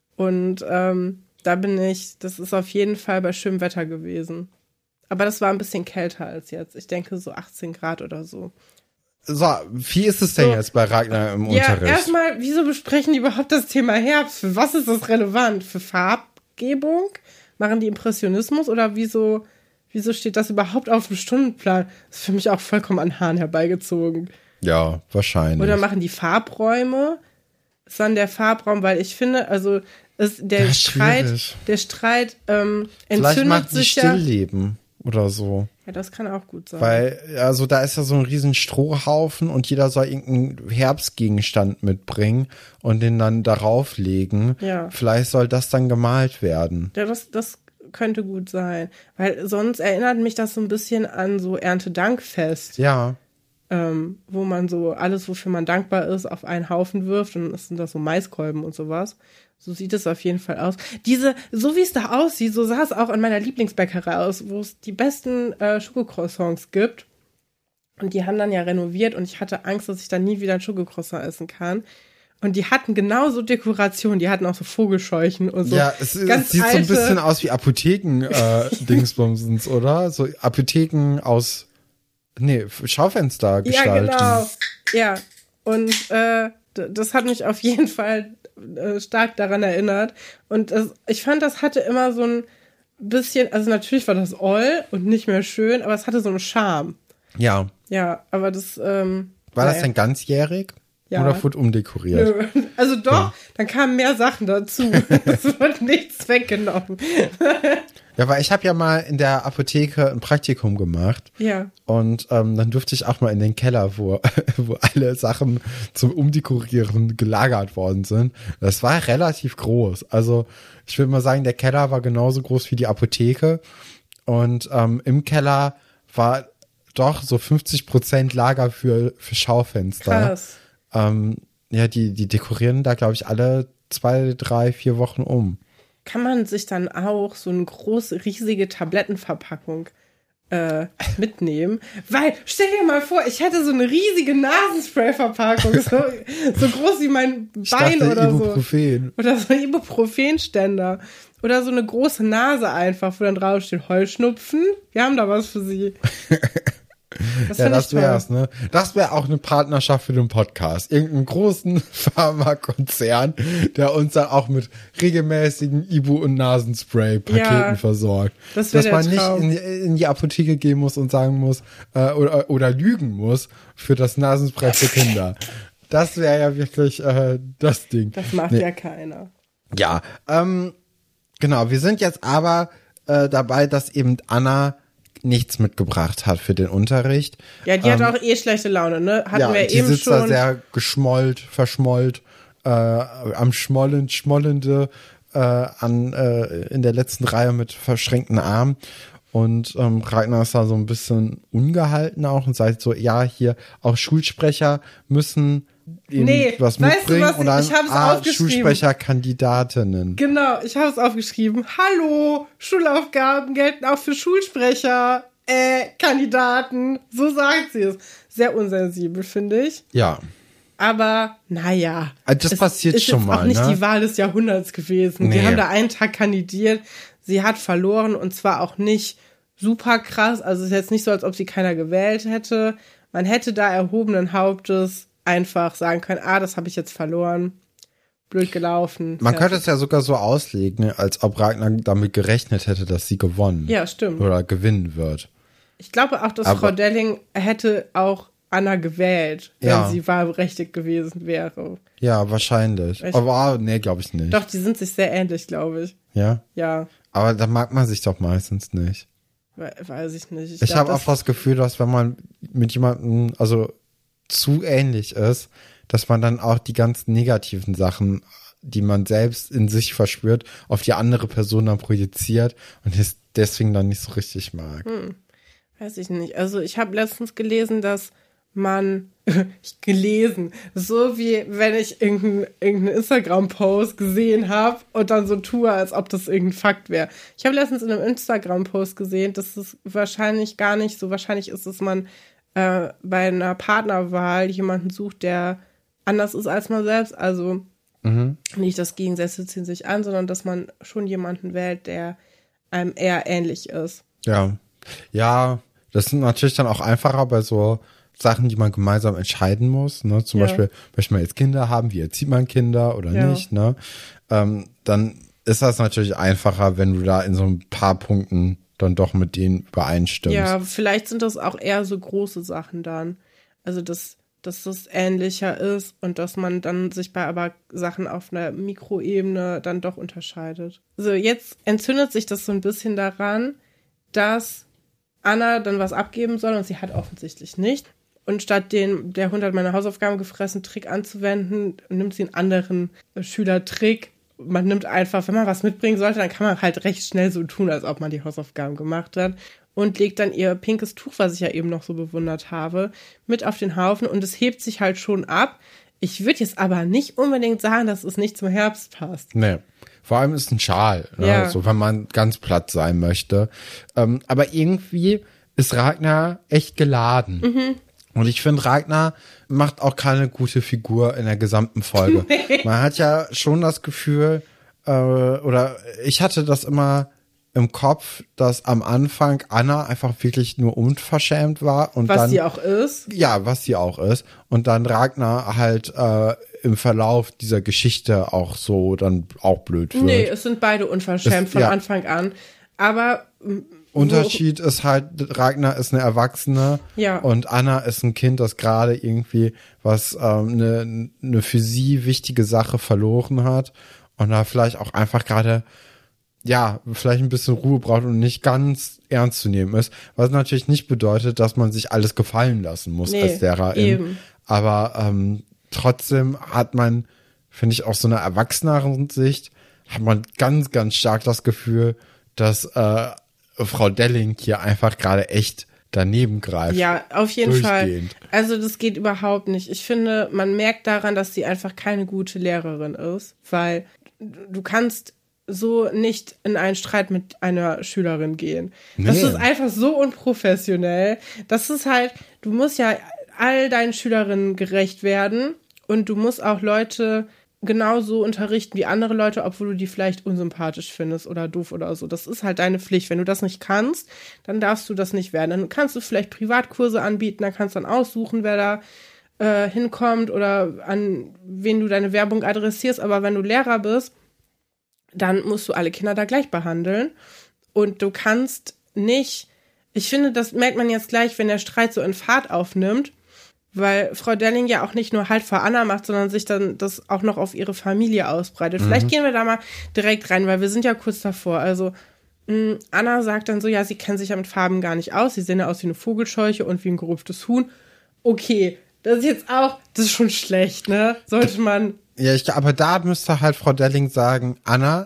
Und ähm, da bin ich, das ist auf jeden Fall bei schönem Wetter gewesen. Aber das war ein bisschen kälter als jetzt. Ich denke so achtzehn Grad oder so. So, wie ist es denn So. jetzt bei Ragnar im Ja, Unterricht? erstmal, wieso besprechen die überhaupt das Thema Herbst? Für was ist das relevant? Für Farbgebung? Machen die Impressionismus? Oder wieso, wieso steht das überhaupt auf dem Stundenplan? Das ist für mich auch vollkommen an Haaren herbeigezogen. Ja, wahrscheinlich. Oder machen die Farbräume? Ist dann der Farbraum, weil ich finde, also ist der Das ist Streit, schwierig. der Streit ähm, Vielleicht entzündet machen die sich ja. Stillleben oder so. Ja, das kann auch gut sein. Weil, also da ist ja so ein riesen Strohhaufen und jeder soll irgendeinen Herbstgegenstand mitbringen und den dann darauf legen. Ja. Vielleicht soll das dann gemalt werden. Ja, das, das könnte gut sein. Weil sonst erinnert mich das so ein bisschen an so Erntedankfest, Ja. ähm, wo man so alles, wofür man dankbar ist, auf einen Haufen wirft und es sind da so Maiskolben und sowas. So sieht es auf jeden Fall aus. Diese, so wie es da aussieht, so sah es auch in meiner Lieblingsbäckerei aus, wo es die besten äh, Schokocroissants gibt. Und die haben dann ja renoviert und ich hatte Angst, dass ich dann nie wieder ein Schokocroissant essen kann. Und die hatten genauso Dekoration, die hatten auch so Vogelscheuchen und so. Ja, es, es ganz sieht so ein alte- bisschen aus wie Apotheken-Dingsbumsens, oder? So Apotheken aus, nee, Schaufenster Ja, gestalten. genau. Ja, und äh, d- das hat mich auf jeden Fall äh, stark daran erinnert. Und das, ich fand, das hatte immer so ein bisschen, also natürlich war das oll und nicht mehr schön, aber es hatte so einen Charme. Ja. Ja, aber das, ähm, War das naja. denn ganzjährig? Ja. Oder wurde umdekoriert? Nö. Also doch, dann kamen mehr Sachen dazu. Es wird nichts weggenommen. Ja, weil ich habe ja mal in der Apotheke ein Praktikum gemacht. Ja. Und ähm, dann durfte ich auch mal in den Keller, wo, wo alle Sachen zum Umdekorieren gelagert worden sind. Das war relativ groß. Also ich würde mal sagen, der Keller war genauso groß wie die Apotheke. Und ähm, im Keller war doch so fünfzig Prozent Lager für, für Schaufenster. Krass. Ähm, ja, die, die dekorieren da, glaube ich, alle zwei, drei, vier Wochen um. Kann man sich dann auch so eine große, riesige Tablettenverpackung äh, mitnehmen? Weil, stell dir mal vor, ich hätte so eine riesige Nasenspray-Verpackung, so, so groß wie mein Ich Bein dachte, oder so. Ibuprofen. Oder so ein Ibuprofenständer. Oder so eine große Nase einfach, wo dann draufsteht, Heuschnupfen. Wir haben da was für Sie. Das Ja, find das ich toll. wär's, ne? Das wäre auch eine Partnerschaft für den Podcast. Irgendeinen großen Pharmakonzern, der uns dann auch mit regelmäßigen Ibu- und Nasenspray-Paketen Ja, versorgt. das wär Dass man der nicht Traum. in, die- in die Apotheke gehen muss und sagen muss, äh, oder, oder lügen muss für das Nasenspray für Kinder. Das wäre ja wirklich äh, das Ding. Das macht Nee. ja keiner. Ja, ähm, genau. Wir sind jetzt aber äh, dabei, dass eben Anna nichts mitgebracht hat für den Unterricht. Ja, die Ähm, hat auch eh schlechte Laune, ne? Hatten ja, wir die eben sitzt schon. da sehr geschmollt, verschmollt, äh, am Schmollen, schmollende äh, an äh, in der letzten Reihe mit verschränkten Armen. Und ähm, Ragnar ist da so ein bisschen ungehalten auch und sagt so, ja, hier auch Schulsprecher müssen ihnen Nee, was weißt du mitbringen was? und dann Ich hab's ah, aufgeschrieben. Schulsprecherkandidatinnen. Genau, ich habe es aufgeschrieben. Hallo, Schulaufgaben gelten auch für Schulsprecher, äh, Kandidaten. So sagt sie es. Sehr unsensibel, finde ich. Ja. Aber, naja. Also das es passiert ist schon jetzt mal, auch nicht ne? die Wahl des Jahrhunderts gewesen. Nee. Die haben da einen Tag kandidiert. Sie hat verloren und zwar auch nicht super krass. Also es ist jetzt nicht so, als ob sie keiner gewählt hätte. Man hätte da erhobenen Hauptes einfach sagen können, ah, das habe ich jetzt verloren. Blöd gelaufen. Man Fertig. könnte es ja sogar so auslegen, als ob Ragnar damit gerechnet hätte, dass sie gewonnen Ja, stimmt. oder gewinnen wird. Ich glaube auch, dass Aber- Frau Delling hätte auch Anna gewählt, wenn Ja. sie wahlberechtigt gewesen wäre. Ja, wahrscheinlich. Echt? Aber ah, nee, glaube ich nicht. Doch, die sind sich sehr ähnlich, glaube ich. Ja, Ja, aber da mag man sich doch meistens nicht. we weiß ich nicht. Ich, glaub, habe das- auch das Gefühl, dass wenn man mit jemandem also zu ähnlich ist, dass man dann auch die ganzen negativen Sachen die man selbst in sich verspürt, auf die andere Person dann projiziert und es deswegen dann nicht so richtig mag. Hm. Weiß ich nicht. Also ich habe letztens gelesen, dass man, ich gelesen, so wie wenn ich irgendeinen irgendein Instagram-Post gesehen habe und dann so tue, als ob das irgendein Fakt wäre. Ich habe letztens in einem Instagram-Post gesehen, dass es wahrscheinlich gar nicht so wahrscheinlich ist, dass man äh, bei einer Partnerwahl jemanden sucht, der anders ist als man selbst. Also mhm. nicht das Gegensätze ziehen sich an, sondern dass man schon jemanden wählt, der einem eher ähnlich ist. Ja, ja, das sind natürlich dann auch einfacher bei so Sachen, die man gemeinsam entscheiden muss, ne? Zum ja. Beispiel, möchte man jetzt Kinder haben, wie erzieht man Kinder oder ja. nicht, ne? Ähm, dann ist das natürlich einfacher, wenn du da in so ein paar Punkten dann doch mit denen übereinstimmst. Ja, vielleicht sind das auch eher so große Sachen dann. Also, dass, dass das ähnlicher ist und dass man dann sich bei aber Sachen auf einer Mikroebene dann doch unterscheidet. So, jetzt entzündet sich das so ein bisschen daran, dass Anna dann was abgeben soll und sie hat offensichtlich nicht. Und statt den, der Hund hat meine Hausaufgaben gefressen, Trick anzuwenden, nimmt sie einen anderen Schülertrick. Man nimmt einfach, wenn man was mitbringen sollte, dann kann man halt recht schnell so tun, als ob man die Hausaufgaben gemacht hat. Und legt dann ihr pinkes Tuch, was ich ja eben noch so bewundert habe, mit auf den Haufen. Und es hebt sich halt schon ab. Ich würde jetzt aber nicht unbedingt sagen, dass es nicht zum Herbst passt. Nee. Vor allem ist ein Schal, ne? Ja. So, wenn man ganz platt sein möchte. Ähm, aber irgendwie ist Ragnar echt geladen. Mhm. Und ich finde, Ragnar macht auch keine gute Figur in der gesamten Folge. Nee. Man hat ja schon das Gefühl, äh, oder ich hatte das immer im Kopf, dass am Anfang Anna einfach wirklich nur unverschämt war. Und was dann, sie auch ist. Ja, was sie auch ist. Und dann Ragnar halt äh, im Verlauf dieser Geschichte auch so dann auch blöd wird. Nee, es sind beide unverschämt es, von ja. Anfang an. Aber Unterschied ist halt, Ragnar ist eine Erwachsene ja. und Anna ist ein Kind, das gerade irgendwie was ähm, eine, eine für sie wichtige Sache verloren hat und da vielleicht auch einfach gerade ja, vielleicht ein bisschen Ruhe braucht und nicht ganz ernst zu nehmen ist, was natürlich nicht bedeutet, dass man sich alles gefallen lassen muss nee, als Lehrerin. Eben. Aber ähm, trotzdem hat man, finde ich, aus so einer erwachseneren Sicht, hat man ganz, ganz stark das Gefühl, dass äh, Frau Delling hier einfach gerade echt daneben greift. Ja, auf jeden Fall. Also das geht überhaupt nicht. Ich finde, man merkt daran, dass sie einfach keine gute Lehrerin ist, weil du kannst so nicht in einen Streit mit einer Schülerin gehen. Nee. Das ist einfach so unprofessionell. Das ist halt, du musst ja all deinen Schülerinnen gerecht werden und du musst auch Leute genauso unterrichten wie andere Leute, obwohl du die vielleicht unsympathisch findest oder doof oder so. Das ist halt deine Pflicht. Wenn du das nicht kannst, dann darfst du das nicht werden. Dann kannst du vielleicht Privatkurse anbieten, dann kannst du dann aussuchen, wer da äh, hinkommt oder an wen du deine Werbung adressierst. Aber wenn du Lehrer bist, dann musst du alle Kinder da gleich behandeln. Und du kannst nicht, ich finde, das merkt man jetzt gleich, wenn der Streit so in Fahrt aufnimmt, weil Frau Delling ja auch nicht nur Halt vor Anna macht, sondern sich dann das auch noch auf ihre Familie ausbreitet. Mhm. Vielleicht gehen wir da mal direkt rein, weil wir sind ja kurz davor. Also mh, Anna sagt dann so, ja, sie kennt sich ja mit Farben gar nicht aus. Sie sehen ja aus wie eine Vogelscheuche und wie ein gerupftes Huhn. Okay, das ist jetzt auch, das ist schon schlecht, ne? Sollte man... Ja, ich, aber da müsste halt Frau Delling sagen, Anna,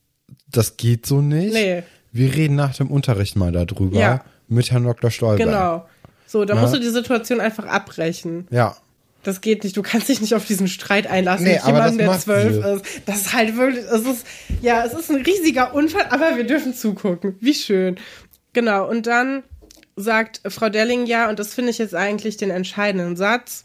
das geht so nicht. Nee. Wir reden nach dem Unterricht mal darüber ja. mit Herrn Doktor Stolberg. Genau. So, da musst du die Situation einfach abbrechen. Ja. Das geht nicht. Du kannst dich nicht auf diesen Streit einlassen nee, mit jemandem, der zwölf ist. Das ist halt wirklich, es ist, ja, es ist ein riesiger Unfall, aber wir dürfen zugucken. Wie schön. Genau. Und dann sagt Frau Delling ja, und das finde ich jetzt eigentlich den entscheidenden Satz,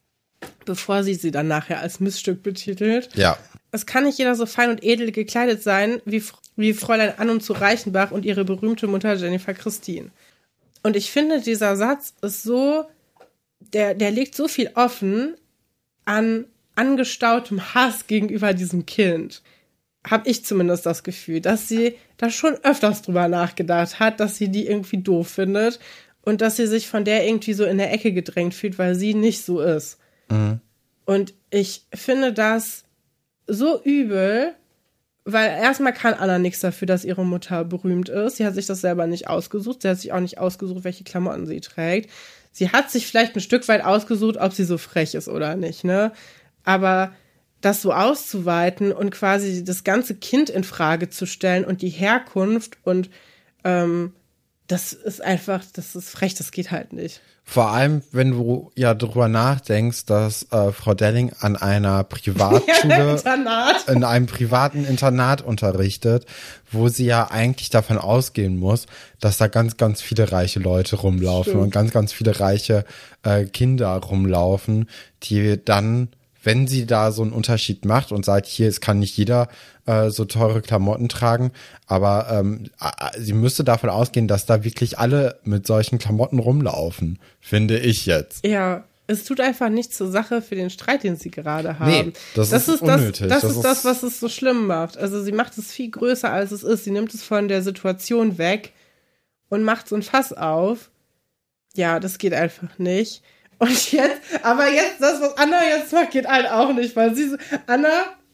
bevor sie sie dann nachher als Missstück betitelt. Ja. Es kann nicht jeder so fein und edel gekleidet sein, wie, wie Fräulein Ann und zu Reichenbach und ihre berühmte Mutter Jennifer Christine. Und ich finde, dieser Satz ist so, der, der legt so viel offen an angestautem Hass gegenüber diesem Kind. Habe ich zumindest das Gefühl, dass sie da schon öfters drüber nachgedacht hat, dass sie die irgendwie doof findet und dass sie sich von der irgendwie so in der Ecke gedrängt fühlt, weil sie nicht so ist. Mhm. Und ich finde das so übel, weil erstmal kann Anna nichts dafür, dass ihre Mutter berühmt ist. Sie hat sich das selber nicht ausgesucht. Sie hat sich auch nicht ausgesucht, welche Klamotten sie trägt. Sie hat sich vielleicht ein Stück weit ausgesucht, ob sie so frech ist oder nicht, ne? Aber das so auszuweiten und quasi das ganze Kind in Frage zu stellen und die Herkunft und ähm, das ist einfach, das ist frech, das geht halt nicht. Vor allem, wenn du ja drüber nachdenkst, dass äh, Frau Delling an einer Privatschule, Internat. in einem privaten Internat unterrichtet, wo sie ja eigentlich davon ausgehen muss, dass da ganz, ganz viele reiche Leute rumlaufen Stimmt. und ganz, ganz viele reiche äh, Kinder rumlaufen, die dann, wenn sie da so einen Unterschied macht und sagt, hier, es kann nicht jeder äh, so teure Klamotten tragen, aber ähm, äh, sie müsste davon ausgehen, dass da wirklich alle mit solchen Klamotten rumlaufen, finde ich jetzt. Ja, es tut einfach nichts zur Sache für den Streit, den sie gerade haben. Nee, das, das ist, ist unnötig. Das, das, das ist ist das, was es so schlimm macht. Also sie macht es viel größer, als es ist. Sie nimmt es von der Situation weg und macht so ein Fass auf. Ja, das geht einfach nicht. Und jetzt, aber jetzt, das, was Anna jetzt macht, geht halt auch nicht, weil sie, Anna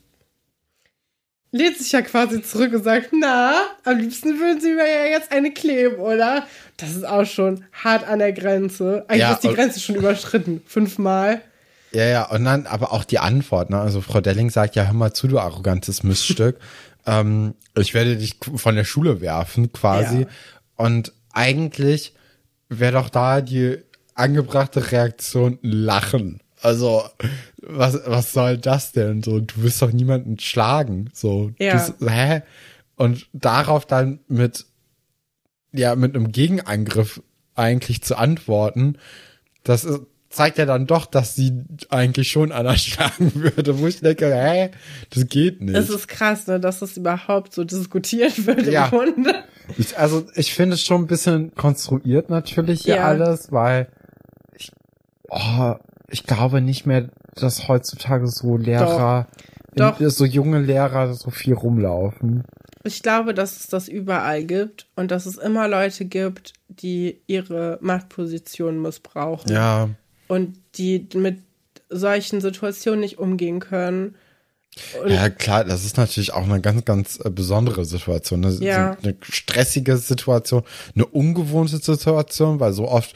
lehnt sich ja quasi zurück und sagt, na, am liebsten würden sie mir ja jetzt eine kleben, oder? Das ist auch schon hart an der Grenze. Eigentlich Ja, ist die Grenze schon überschritten. Fünfmal. Ja, ja, und dann aber auch die Antwort, ne? Also Frau Delling sagt, ja, hör mal zu, du arrogantes Miststück. ähm, ich werde dich von der Schule werfen, quasi. Ja. Und eigentlich wäre doch da die angebrachte Reaktion Lachen. Also, was, was soll das denn? So, du wirst doch niemanden schlagen. So, Ja. du, hä? Und darauf dann mit, ja, mit einem Gegenangriff eigentlich zu antworten, das ist, zeigt ja dann doch, dass sie eigentlich schon Anna schlagen würde, wo ich denke, hä, das geht nicht. Es ist krass, ne, dass das überhaupt so diskutiert wird Ja. im Grunde. Ich, also, ich finde es schon ein bisschen konstruiert natürlich hier Ja. alles, weil ich, oh, ich glaube nicht mehr, dass heutzutage so Lehrer, Doch. in- so junge Lehrer so viel rumlaufen. Ich glaube, dass es das überall gibt und dass es immer Leute gibt, die ihre Machtposition missbrauchen. Ja. Und die mit solchen Situationen nicht umgehen können. Und Ja, klar, das ist natürlich auch eine ganz, ganz äh, besondere Situation. Eine, Ja. eine stressige Situation, eine ungewohnte Situation, weil so oft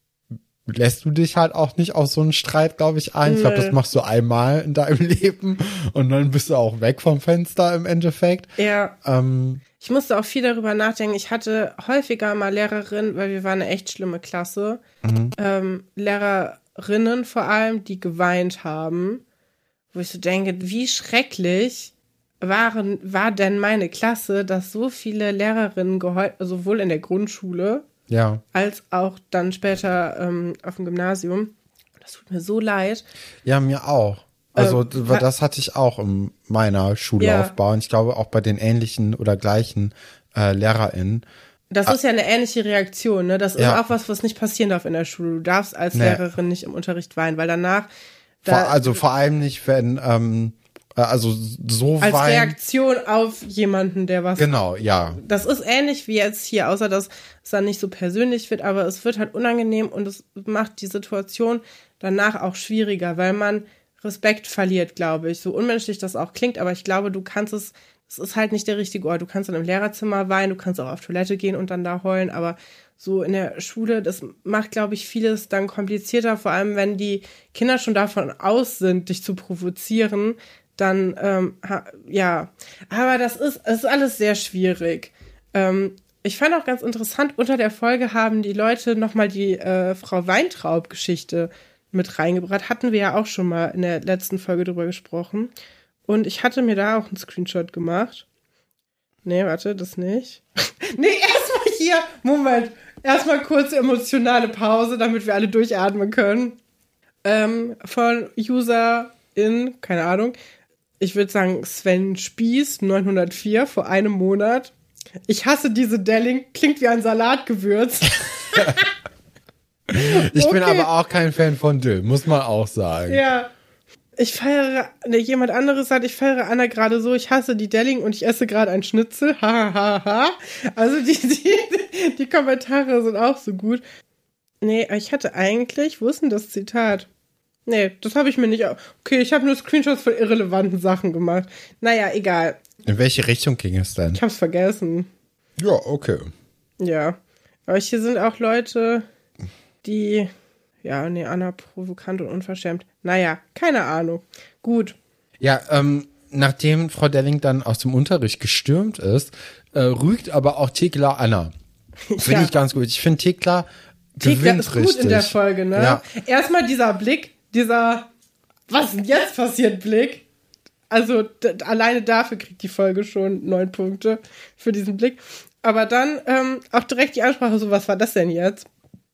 lässt du dich halt auch nicht auf so einen Streit, glaube ich, ein. Ich glaube, Nö. das machst du einmal in deinem Leben und dann bist du auch weg vom Fenster im Endeffekt. ja, Ähm, ich musste auch viel darüber nachdenken. Ich hatte häufiger mal Lehrerinnen, weil wir waren eine echt schlimme Klasse, ähm, Lehrerinnen vor allem, die geweint haben, wo ich so denke, wie schrecklich waren, war denn meine Klasse, dass so viele Lehrerinnen geheult, sowohl in der Grundschule ja. als auch dann später ähm, auf dem Gymnasium. Das tut mir so leid. Ja, mir auch. Also Ähm, d- wa- das hatte ich auch in meiner Schullaufbahn. Ich glaube auch bei den ähnlichen oder gleichen äh, LehrerInnen. Das ist ja eine ähnliche Reaktion, ne? Das ist Ja. auch was, was nicht passieren darf in der Schule. Du darfst als Nee. Lehrerin nicht im Unterricht weinen, weil danach Vor, da, also vor allem nicht, wenn, ähm, äh, also so als weinen. Reaktion auf jemanden, der was. Genau, ja. Das ist ähnlich wie jetzt hier, außer dass es dann nicht so persönlich wird, aber es wird halt unangenehm und es macht die Situation danach auch schwieriger, weil man Respekt verliert, glaube ich. So unmenschlich das auch klingt, aber ich glaube, du kannst es, es ist halt nicht der richtige Ort. Du kannst dann im Lehrerzimmer weinen, du kannst auch auf Toilette gehen und dann da heulen, aber so in der Schule, das macht, glaube ich, vieles dann komplizierter, vor allem wenn die Kinder schon davon aus sind, dich zu provozieren, dann, ähm, ha, ja, aber das ist, es ist alles sehr schwierig. Ähm, ich fand auch ganz interessant, unter der Folge haben die Leute nochmal die äh, Frau Weintraub-Geschichte mit reingebracht. Hatten wir ja auch schon mal in der letzten Folge drüber gesprochen. Und ich hatte mir da auch einen Screenshot gemacht. Nee, warte, das nicht. Nee, erstmal hier, Moment. Erstmal kurze emotionale Pause, damit wir alle durchatmen können. Ähm, von User in, keine Ahnung, ich würde sagen Sven Spieß, neunhundertvier, vor einem Monat. Ich hasse diese Delling, klingt wie ein Salatgewürz. Ich bin Okay. aber auch kein Fan von Dill, muss man auch sagen. Ja. Ich feiere, ne, jemand anderes sagt, ich feiere Anna gerade so, ich hasse die Delling und ich esse gerade ein Schnitzel. Ha, ha, ha. Also die, die, die Kommentare sind auch so gut. Nee, ich hatte eigentlich, wo ist denn das Zitat? Nee, das habe ich mir nicht. Okay, ich habe nur Screenshots von irrelevanten Sachen gemacht. Naja, egal. In welche Richtung ging es denn? Ich hab's vergessen. Ja, okay. Ja. Aber hier sind auch Leute, die. Ja, nee, Anna provokant und unverschämt. Naja, keine Ahnung. Gut. Ja, ähm, nachdem Frau Delling dann aus dem Unterricht gestürmt ist, äh, rügt aber auch Thekla Anna. Finde Ja. ich ganz gut. Ich finde Thekla Thekla gewinnt ist gut richtig. in der Folge, ne? Ja. Erstmal dieser Blick, dieser was denn jetzt passiert Blick. Also d- alleine dafür kriegt die Folge schon neun Punkte für diesen Blick. Aber dann ähm, auch direkt die Ansprache, so was war das denn jetzt?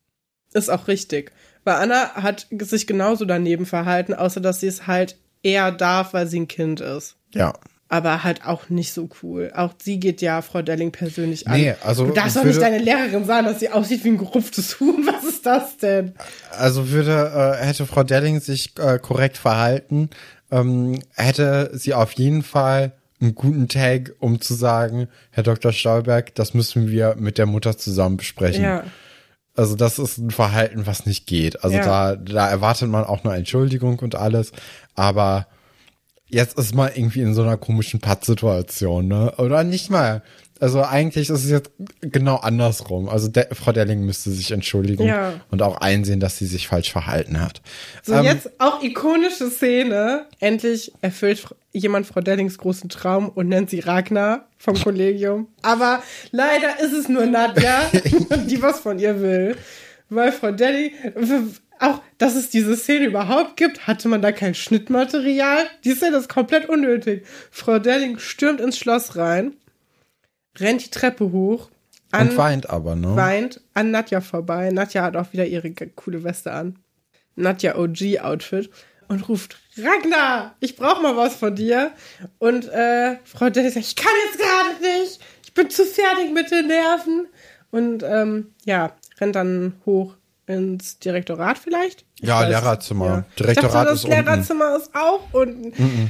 Ist auch richtig. Weil Anna hat sich genauso daneben verhalten, außer dass sie es halt eher darf, weil sie ein Kind ist. Ja. Aber halt auch nicht so cool. Auch sie geht ja Frau Delling persönlich an. Nee, also du darfst doch würde- nicht deine Lehrerin sagen, dass sie aussieht wie ein gerupftes Huhn. Was ist das denn? Also würde, äh, hätte Frau Delling sich äh, korrekt verhalten, ähm, hätte sie auf jeden Fall einen guten Tag, um zu sagen, Herr Doktor Stolberg, das müssen wir mit der Mutter zusammen besprechen. Ja. Also das ist ein Verhalten, was nicht geht. Also Ja. da, da erwartet man auch eine Entschuldigung und alles. Aber jetzt ist man irgendwie in so einer komischen Pattsituation, ne? Oder nicht mal. Also eigentlich ist es jetzt genau andersrum. Also De- Frau Delling müsste sich entschuldigen Ja. und auch einsehen, dass sie sich falsch verhalten hat. So, Ähm, jetzt auch ikonische Szene. Endlich erfüllt Fr- jemand Frau Dellings großen Traum und nennt sie Ragnar vom Kollegium. Aber leider ist es nur Nadja, die was von ihr will. Weil Frau Delling, auch, dass es diese Szene überhaupt gibt, hatte man da kein Schnittmaterial. Die Szene ist komplett unnötig. Frau Delling stürmt ins Schloss rein, rennt die Treppe hoch, an, und weint aber, ne? weint an Nadja vorbei. Nadja hat auch wieder ihre ge- coole Weste an. Nadja O G-Outfit und ruft, Ragnar, ich brauch mal was von dir. Und äh, Frau Delling sagt, ich kann jetzt gerade nicht. Ich bin zu fertig mit den Nerven. Und ähm, ja, rennt dann hoch ins Direktorat vielleicht. Ich Ja, weiß- Lehrerzimmer. Ja. Direktorat ich dachte, ist das Lehrerzimmer ist auch unten.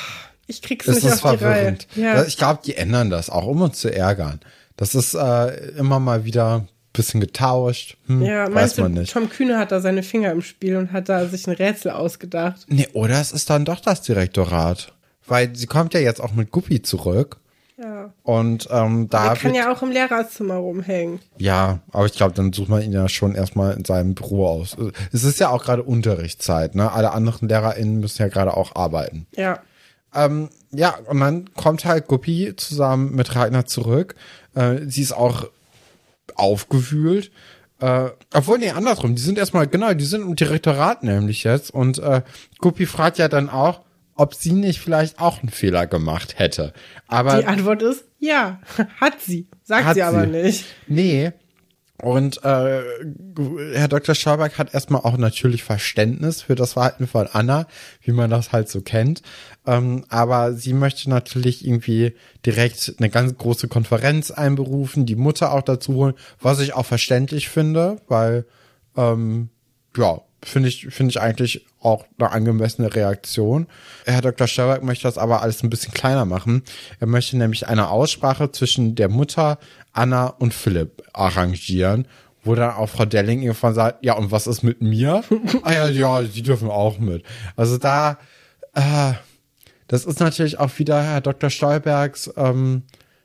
Ich krieg's Es nicht ist auf die Reihe. verwirrend. Ja. Ich glaube, die ändern das auch, um uns zu ärgern. Das ist äh, immer mal wieder ein bisschen getauscht. Hm, Ja, weiß meinst du, man nicht. Tom Kühne hat da seine Finger im Spiel und hat da sich ein Rätsel ausgedacht. Nee, oder es ist dann doch das Direktorat. Weil sie kommt ja jetzt auch mit Guppi zurück. Ja. Und ähm, da Der kann wird, ja auch im Lehrerzimmer rumhängen. ja, aber ich glaube, dann sucht man ihn ja schon erstmal in seinem Büro aus. Es ist ja auch gerade Unterrichtszeit, ne? Alle anderen LehrerInnen müssen ja gerade auch arbeiten. Ja. Ähm, ja, und dann kommt halt Guppi zusammen mit Ragnar zurück. Äh, sie ist auch aufgewühlt. Äh, obwohl, nee, andersrum. Die sind erstmal, genau, die sind im Direktorat nämlich jetzt. Und äh, Guppi fragt ja dann auch, ob sie nicht vielleicht auch einen Fehler gemacht hätte. Aber Die Antwort ist ja, hat sie. Sagt Hat sie aber sie. nicht. nee. Und äh, Herr Doktor Stolberg hat erstmal auch natürlich Verständnis für das Verhalten von Anna, wie man das halt so kennt. Ähm, aber sie möchte natürlich irgendwie direkt eine ganz große Konferenz einberufen, die Mutter auch dazu holen, was ich auch verständlich finde, weil ähm, ja, finde ich, finde ich eigentlich auch eine angemessene Reaktion. Herr Doktor Stolberg möchte das aber alles ein bisschen kleiner machen. Er möchte nämlich eine Aussprache zwischen der Mutter, Anna und Philipp arrangieren, wo dann auch Frau Delling irgendwann sagt, ja, und was ist mit mir? ah ja, ja, die dürfen auch mit. Also da, äh, das ist natürlich auch wieder Herr Doktor Stolbergs, ähm,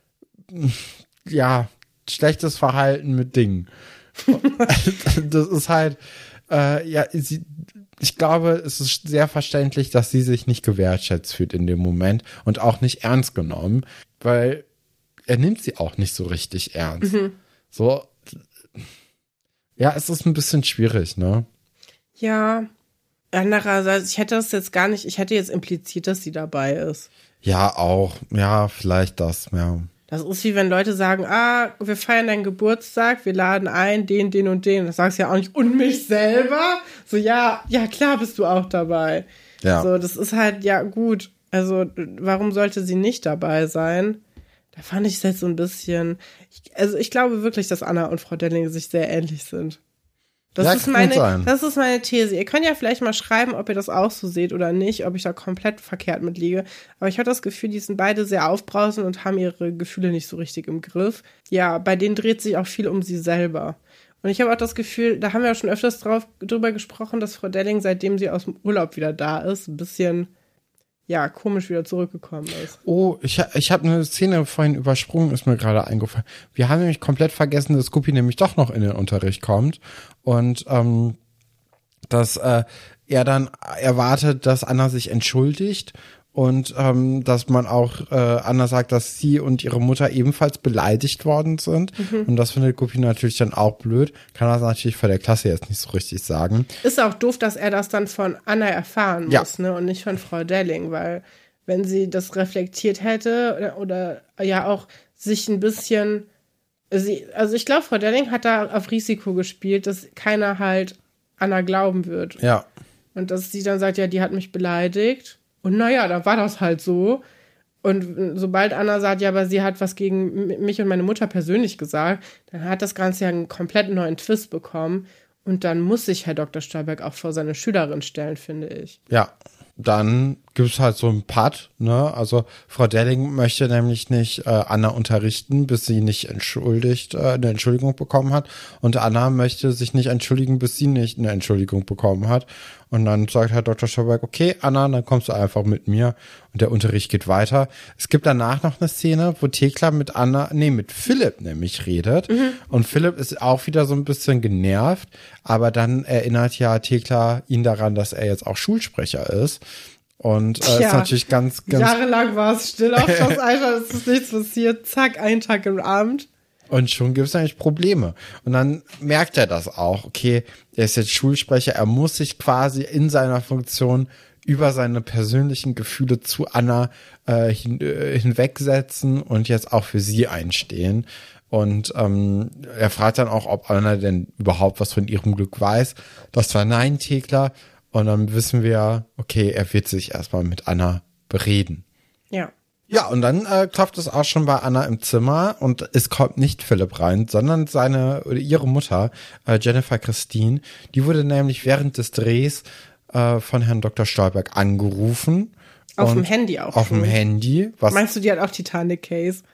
ja, schlechtes Verhalten mit Dingen. Das ist halt, äh, ja, sie, ich glaube, es ist sehr verständlich, dass sie sich nicht gewertschätzt fühlt in dem Moment und auch nicht ernst genommen, weil er nimmt sie auch nicht so richtig ernst. Mhm. So, ja, es ist ein bisschen schwierig, ne? Ja. Andererseits, ich hätte das jetzt gar nicht, ich hätte jetzt impliziert, dass sie dabei ist. Ja, auch. Ja, vielleicht das, ja. Das ist wie wenn Leute sagen, ah, wir feiern deinen Geburtstag, wir laden ein, den, den und den. Das sagst du ja auch nicht, und mich selber? So, ja, ja, klar bist du auch dabei. Ja. So, das ist halt, ja, gut. Also, warum sollte sie nicht dabei sein? Da fand ich es jetzt so ein bisschen, ich, also ich glaube wirklich, dass Anna und Frau Delling sich sehr ähnlich sind. Das Ja, ist kann meine, sein. das ist meine These. Ihr könnt ja vielleicht mal schreiben, ob ihr das auch so seht oder nicht, ob ich da komplett verkehrt mit liege. Aber ich habe das Gefühl, die sind beide sehr aufbrausend und haben ihre Gefühle nicht so richtig im Griff. Ja, bei denen dreht sich auch viel um sie selber. Und ich habe auch das Gefühl, da haben wir ja schon öfters drauf, drüber gesprochen, dass Frau Delling, seitdem sie aus dem Urlaub wieder da ist, ein bisschen, ja, komisch wieder zurückgekommen ist. Oh, ich, ha- ich habe eine Szene vorhin übersprungen, ist mir gerade eingefallen. Wir haben nämlich komplett vergessen, dass Guppi nämlich doch noch in den Unterricht kommt und ähm, dass äh, er dann erwartet, dass Anna sich entschuldigt Und ähm, dass man auch, äh, Anna sagt, dass sie und ihre Mutter ebenfalls beleidigt worden sind. Mhm. Und das findet Guppy natürlich dann auch blöd. Kann das natürlich vor der Klasse jetzt nicht so richtig sagen. Ist auch doof, dass er das dann von Anna erfahren muss, ja. ne? Und nicht von Frau Delling, weil wenn sie das reflektiert hätte oder, oder ja auch sich ein bisschen, sie, also ich glaube, Frau Delling hat da auf Risiko gespielt, dass keiner halt Anna glauben wird. Ja. Und dass sie dann sagt, ja, die hat mich beleidigt. Und naja, da war das halt so. Und sobald Anna sagt, ja, aber sie hat was gegen mich und meine Mutter persönlich gesagt, dann hat das Ganze ja einen komplett neuen Twist bekommen. Und dann muss sich Herr Doktor Stolberg auch vor seine Schülerin stellen, finde ich. Ja, dann gibt's halt so einen Patt, ne? Also Frau Delling möchte nämlich nicht äh, Anna unterrichten, bis sie nicht entschuldigt, äh, eine Entschuldigung bekommen hat. Und Anna möchte sich nicht entschuldigen, bis sie nicht eine Entschuldigung bekommen hat. Und dann sagt Herr Doktor Stolberg, okay, Anna, dann kommst du einfach mit mir. Und der Unterricht geht weiter. Es gibt danach noch eine Szene, wo Thekla mit Anna, nee, mit Philipp nämlich redet. Mhm. Und Philipp ist auch wieder so ein bisschen genervt. Aber dann erinnert ja Thekla ihn daran, dass er jetzt auch Schulsprecher ist. Und äh, Tja, ist natürlich ganz, ganz... Jahrelang war es still auf Schloss Einstein, es ist nichts passiert. Zack, ein Tag im Abend. Und schon gibt es eigentlich Probleme. Und dann merkt er das auch. Okay, er ist jetzt Schulsprecher. Er muss sich quasi in seiner Funktion über seine persönlichen Gefühle zu Anna äh, hin, äh, hinwegsetzen und jetzt auch für sie einstehen. Und ähm, er fragt dann auch, ob Anna denn überhaupt was von ihrem Glück weiß. Das war nein, Thekla. Und dann wissen wir, okay, er wird sich erstmal mit Anna bereden. Ja. Ja, und dann äh, klopft es auch schon bei Anna im Zimmer und es kommt nicht Philipp rein, sondern seine oder ihre Mutter, äh, Jennifer Christine, die wurde nämlich während des Drehs äh, von Herrn Doktor Stolberg angerufen. Auf dem Handy auch Auf schon. dem Handy. Was Meinst du, die hat auch Titanic-Case?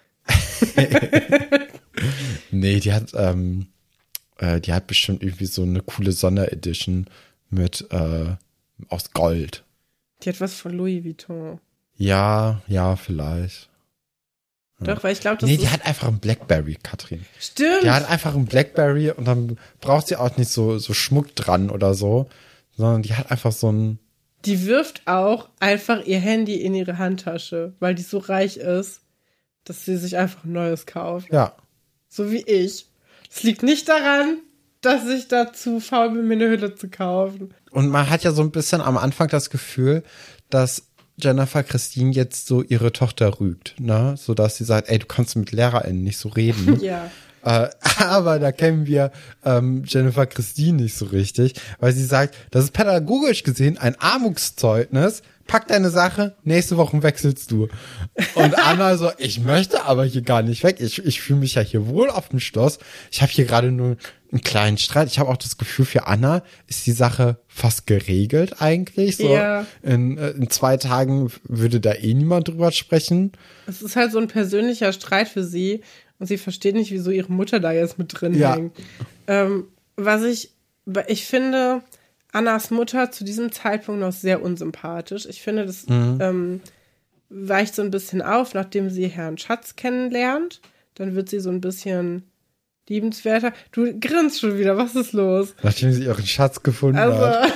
Nee, die hat, ähm, äh, die hat bestimmt irgendwie so eine coole Sonderedition mit äh, aus Gold. Die hat was von Louis Vuitton. Ja, ja, vielleicht. Ja. Doch, weil ich glaube, das Nee, ist... die hat einfach einen Blackberry, Katrin. Stimmt. Die hat einfach einen Blackberry und dann braucht sie auch nicht so, so Schmuck dran oder so, sondern die hat einfach so ein... Die wirft auch einfach ihr Handy in ihre Handtasche, weil die so reich ist, dass sie sich einfach ein neues kauft. Ja. So wie ich. Es liegt nicht daran, dass ich dazu faul bin, mir eine Hülle zu kaufen. Und man hat ja so ein bisschen am Anfang das Gefühl, dass Jennifer Christine jetzt so ihre Tochter rügt, ne? So dass sie sagt, ey, du kannst mit LehrerInnen nicht so reden. Ja. Äh, aber da kennen wir ähm, Jennifer Christine nicht so richtig, weil sie sagt, das ist pädagogisch gesehen ein Armutszeugnis. Pack deine Sache, nächste Woche wechselst du. Und Anna so, ich möchte aber hier gar nicht weg. Ich, ich fühle mich ja hier wohl auf dem Schloss. Ich habe hier gerade nur einen kleinen Streit. Ich habe auch das Gefühl, für Anna ist die Sache fast geregelt eigentlich. So ja. in, in zwei Tagen würde da eh niemand drüber sprechen. Es ist halt so ein persönlicher Streit für sie und sie versteht nicht, wieso ihre Mutter da jetzt mit drin ja. hängt. Ähm, was ich, ich finde... Annas Mutter zu diesem Zeitpunkt noch sehr unsympathisch. Ich finde, das mhm. ähm, weicht so ein bisschen auf, nachdem sie Herrn Schatz kennenlernt. Dann wird sie so ein bisschen liebenswerter. Du grinst schon wieder, was ist los? Nachdem sie ihren Schatz gefunden also, hat.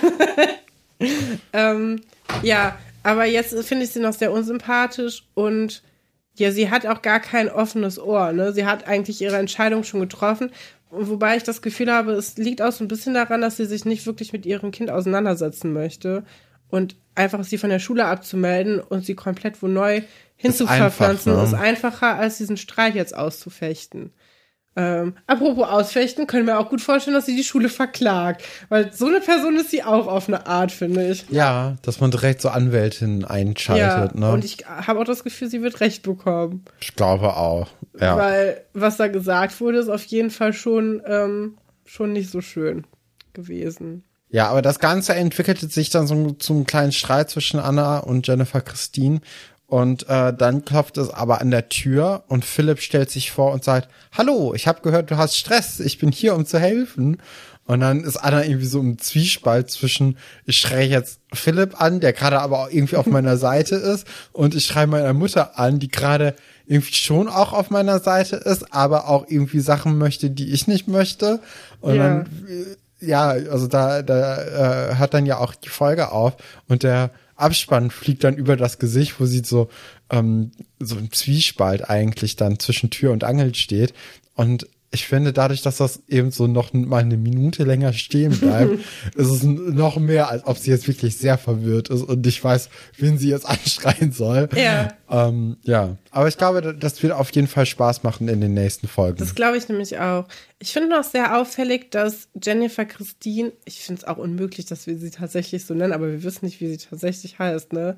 ähm, ja, aber jetzt finde ich sie noch sehr unsympathisch und ja, sie hat auch gar kein offenes Ohr. Ne? Sie hat eigentlich ihre Entscheidung schon getroffen. Wobei ich das Gefühl habe, es liegt auch so ein bisschen daran, dass sie sich nicht wirklich mit ihrem Kind auseinandersetzen möchte. Und einfach sie von der Schule abzumelden und sie komplett wo neu hinzuverpflanzen, ist, ne? ist einfacher, als diesen Streit jetzt auszufechten. Ähm, apropos ausfechten, können wir auch gut vorstellen, dass sie die Schule verklagt. Weil so eine Person ist sie auch auf eine Art, finde ich. Ja, dass man direkt so Anwältin einschaltet. Ja, ne? Und ich habe auch das Gefühl, sie wird Recht bekommen. Ich glaube auch, ja. Weil was da gesagt wurde, ist auf jeden Fall schon, ähm, schon nicht so schön gewesen. Ja, aber das Ganze entwickelte sich dann so zum kleinen Streit zwischen Anna und Jennifer Christine. Und äh, dann klopft es aber an der Tür und Philipp stellt sich vor und sagt, hallo, ich habe gehört, du hast Stress, ich bin hier, um zu helfen. Und dann ist Anna irgendwie so im Zwiespalt zwischen, ich schreie jetzt Philipp an, der gerade aber auch irgendwie auf meiner Seite ist, und ich schreie meiner Mutter an, die gerade irgendwie schon auch auf meiner Seite ist, aber auch irgendwie Sachen möchte, die ich nicht möchte. Und ja. dann ja, also da, da äh, hört dann ja auch die Folge auf und der Abspann fliegt dann über das Gesicht, wo sie so, ähm, so im Zwiespalt eigentlich dann zwischen Tür und Angel steht. Und ich finde, dadurch, dass das eben so noch mal eine Minute länger stehen bleibt, ist es noch mehr, als ob sie jetzt wirklich sehr verwirrt ist und nicht weiß, wen sie jetzt anschreien soll. Ja. Ähm, ja, aber ich glaube, das wird auf jeden Fall Spaß machen in den nächsten Folgen. Das glaube ich nämlich auch. Ich finde noch sehr auffällig, dass Jennifer Christine, ich finde es auch unmöglich, dass wir sie tatsächlich so nennen, aber wir wissen nicht, wie sie tatsächlich heißt, ne?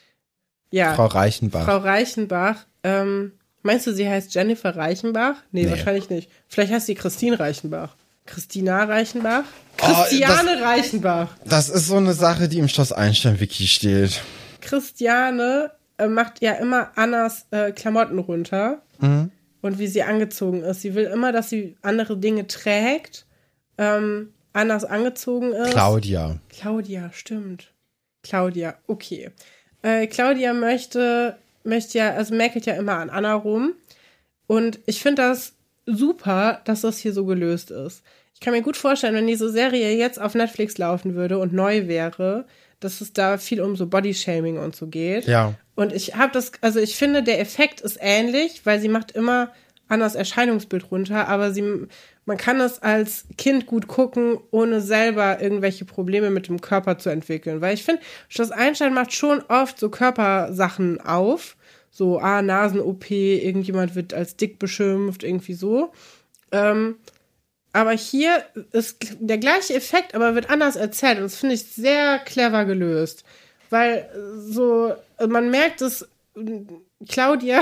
Ja. Frau Reichenbach. Frau Reichenbach, ähm, meinst du, sie heißt Jennifer Reichenbach? Nee, nee, wahrscheinlich nicht. Vielleicht heißt sie Christine Reichenbach. Christina Reichenbach? Christiane oh, das, Reichenbach. Das ist so eine Sache, die im Schloss Einstein-Wiki steht. Christiane äh, macht ja immer Annas äh, Klamotten runter. Mhm. Und wie sie angezogen ist. Sie will immer, dass sie andere Dinge trägt. Ähm, anders angezogen ist. Claudia. Claudia, stimmt. Claudia, okay. Äh, Claudia möchte... möchte ja, also mäkelt ja immer an Anna rum. Und ich finde das super, dass das hier so gelöst ist. Ich kann mir gut vorstellen, wenn diese Serie jetzt auf Netflix laufen würde und neu wäre, dass es da viel um so Bodyshaming und so geht. Ja. Und ich habe das, also ich finde, der Effekt ist ähnlich, weil sie macht immer Annas Erscheinungsbild runter, aber sie, man kann es als Kind gut gucken, ohne selber irgendwelche Probleme mit dem Körper zu entwickeln. Weil ich finde, Schloss Einstein macht schon oft so Körpersachen auf. So, ah, Nasen-O P, irgendjemand wird als dick beschimpft, irgendwie so. Ähm, aber hier ist der gleiche Effekt, aber wird anders erzählt. Und das finde ich sehr clever gelöst. Weil so, man merkt, dass Claudia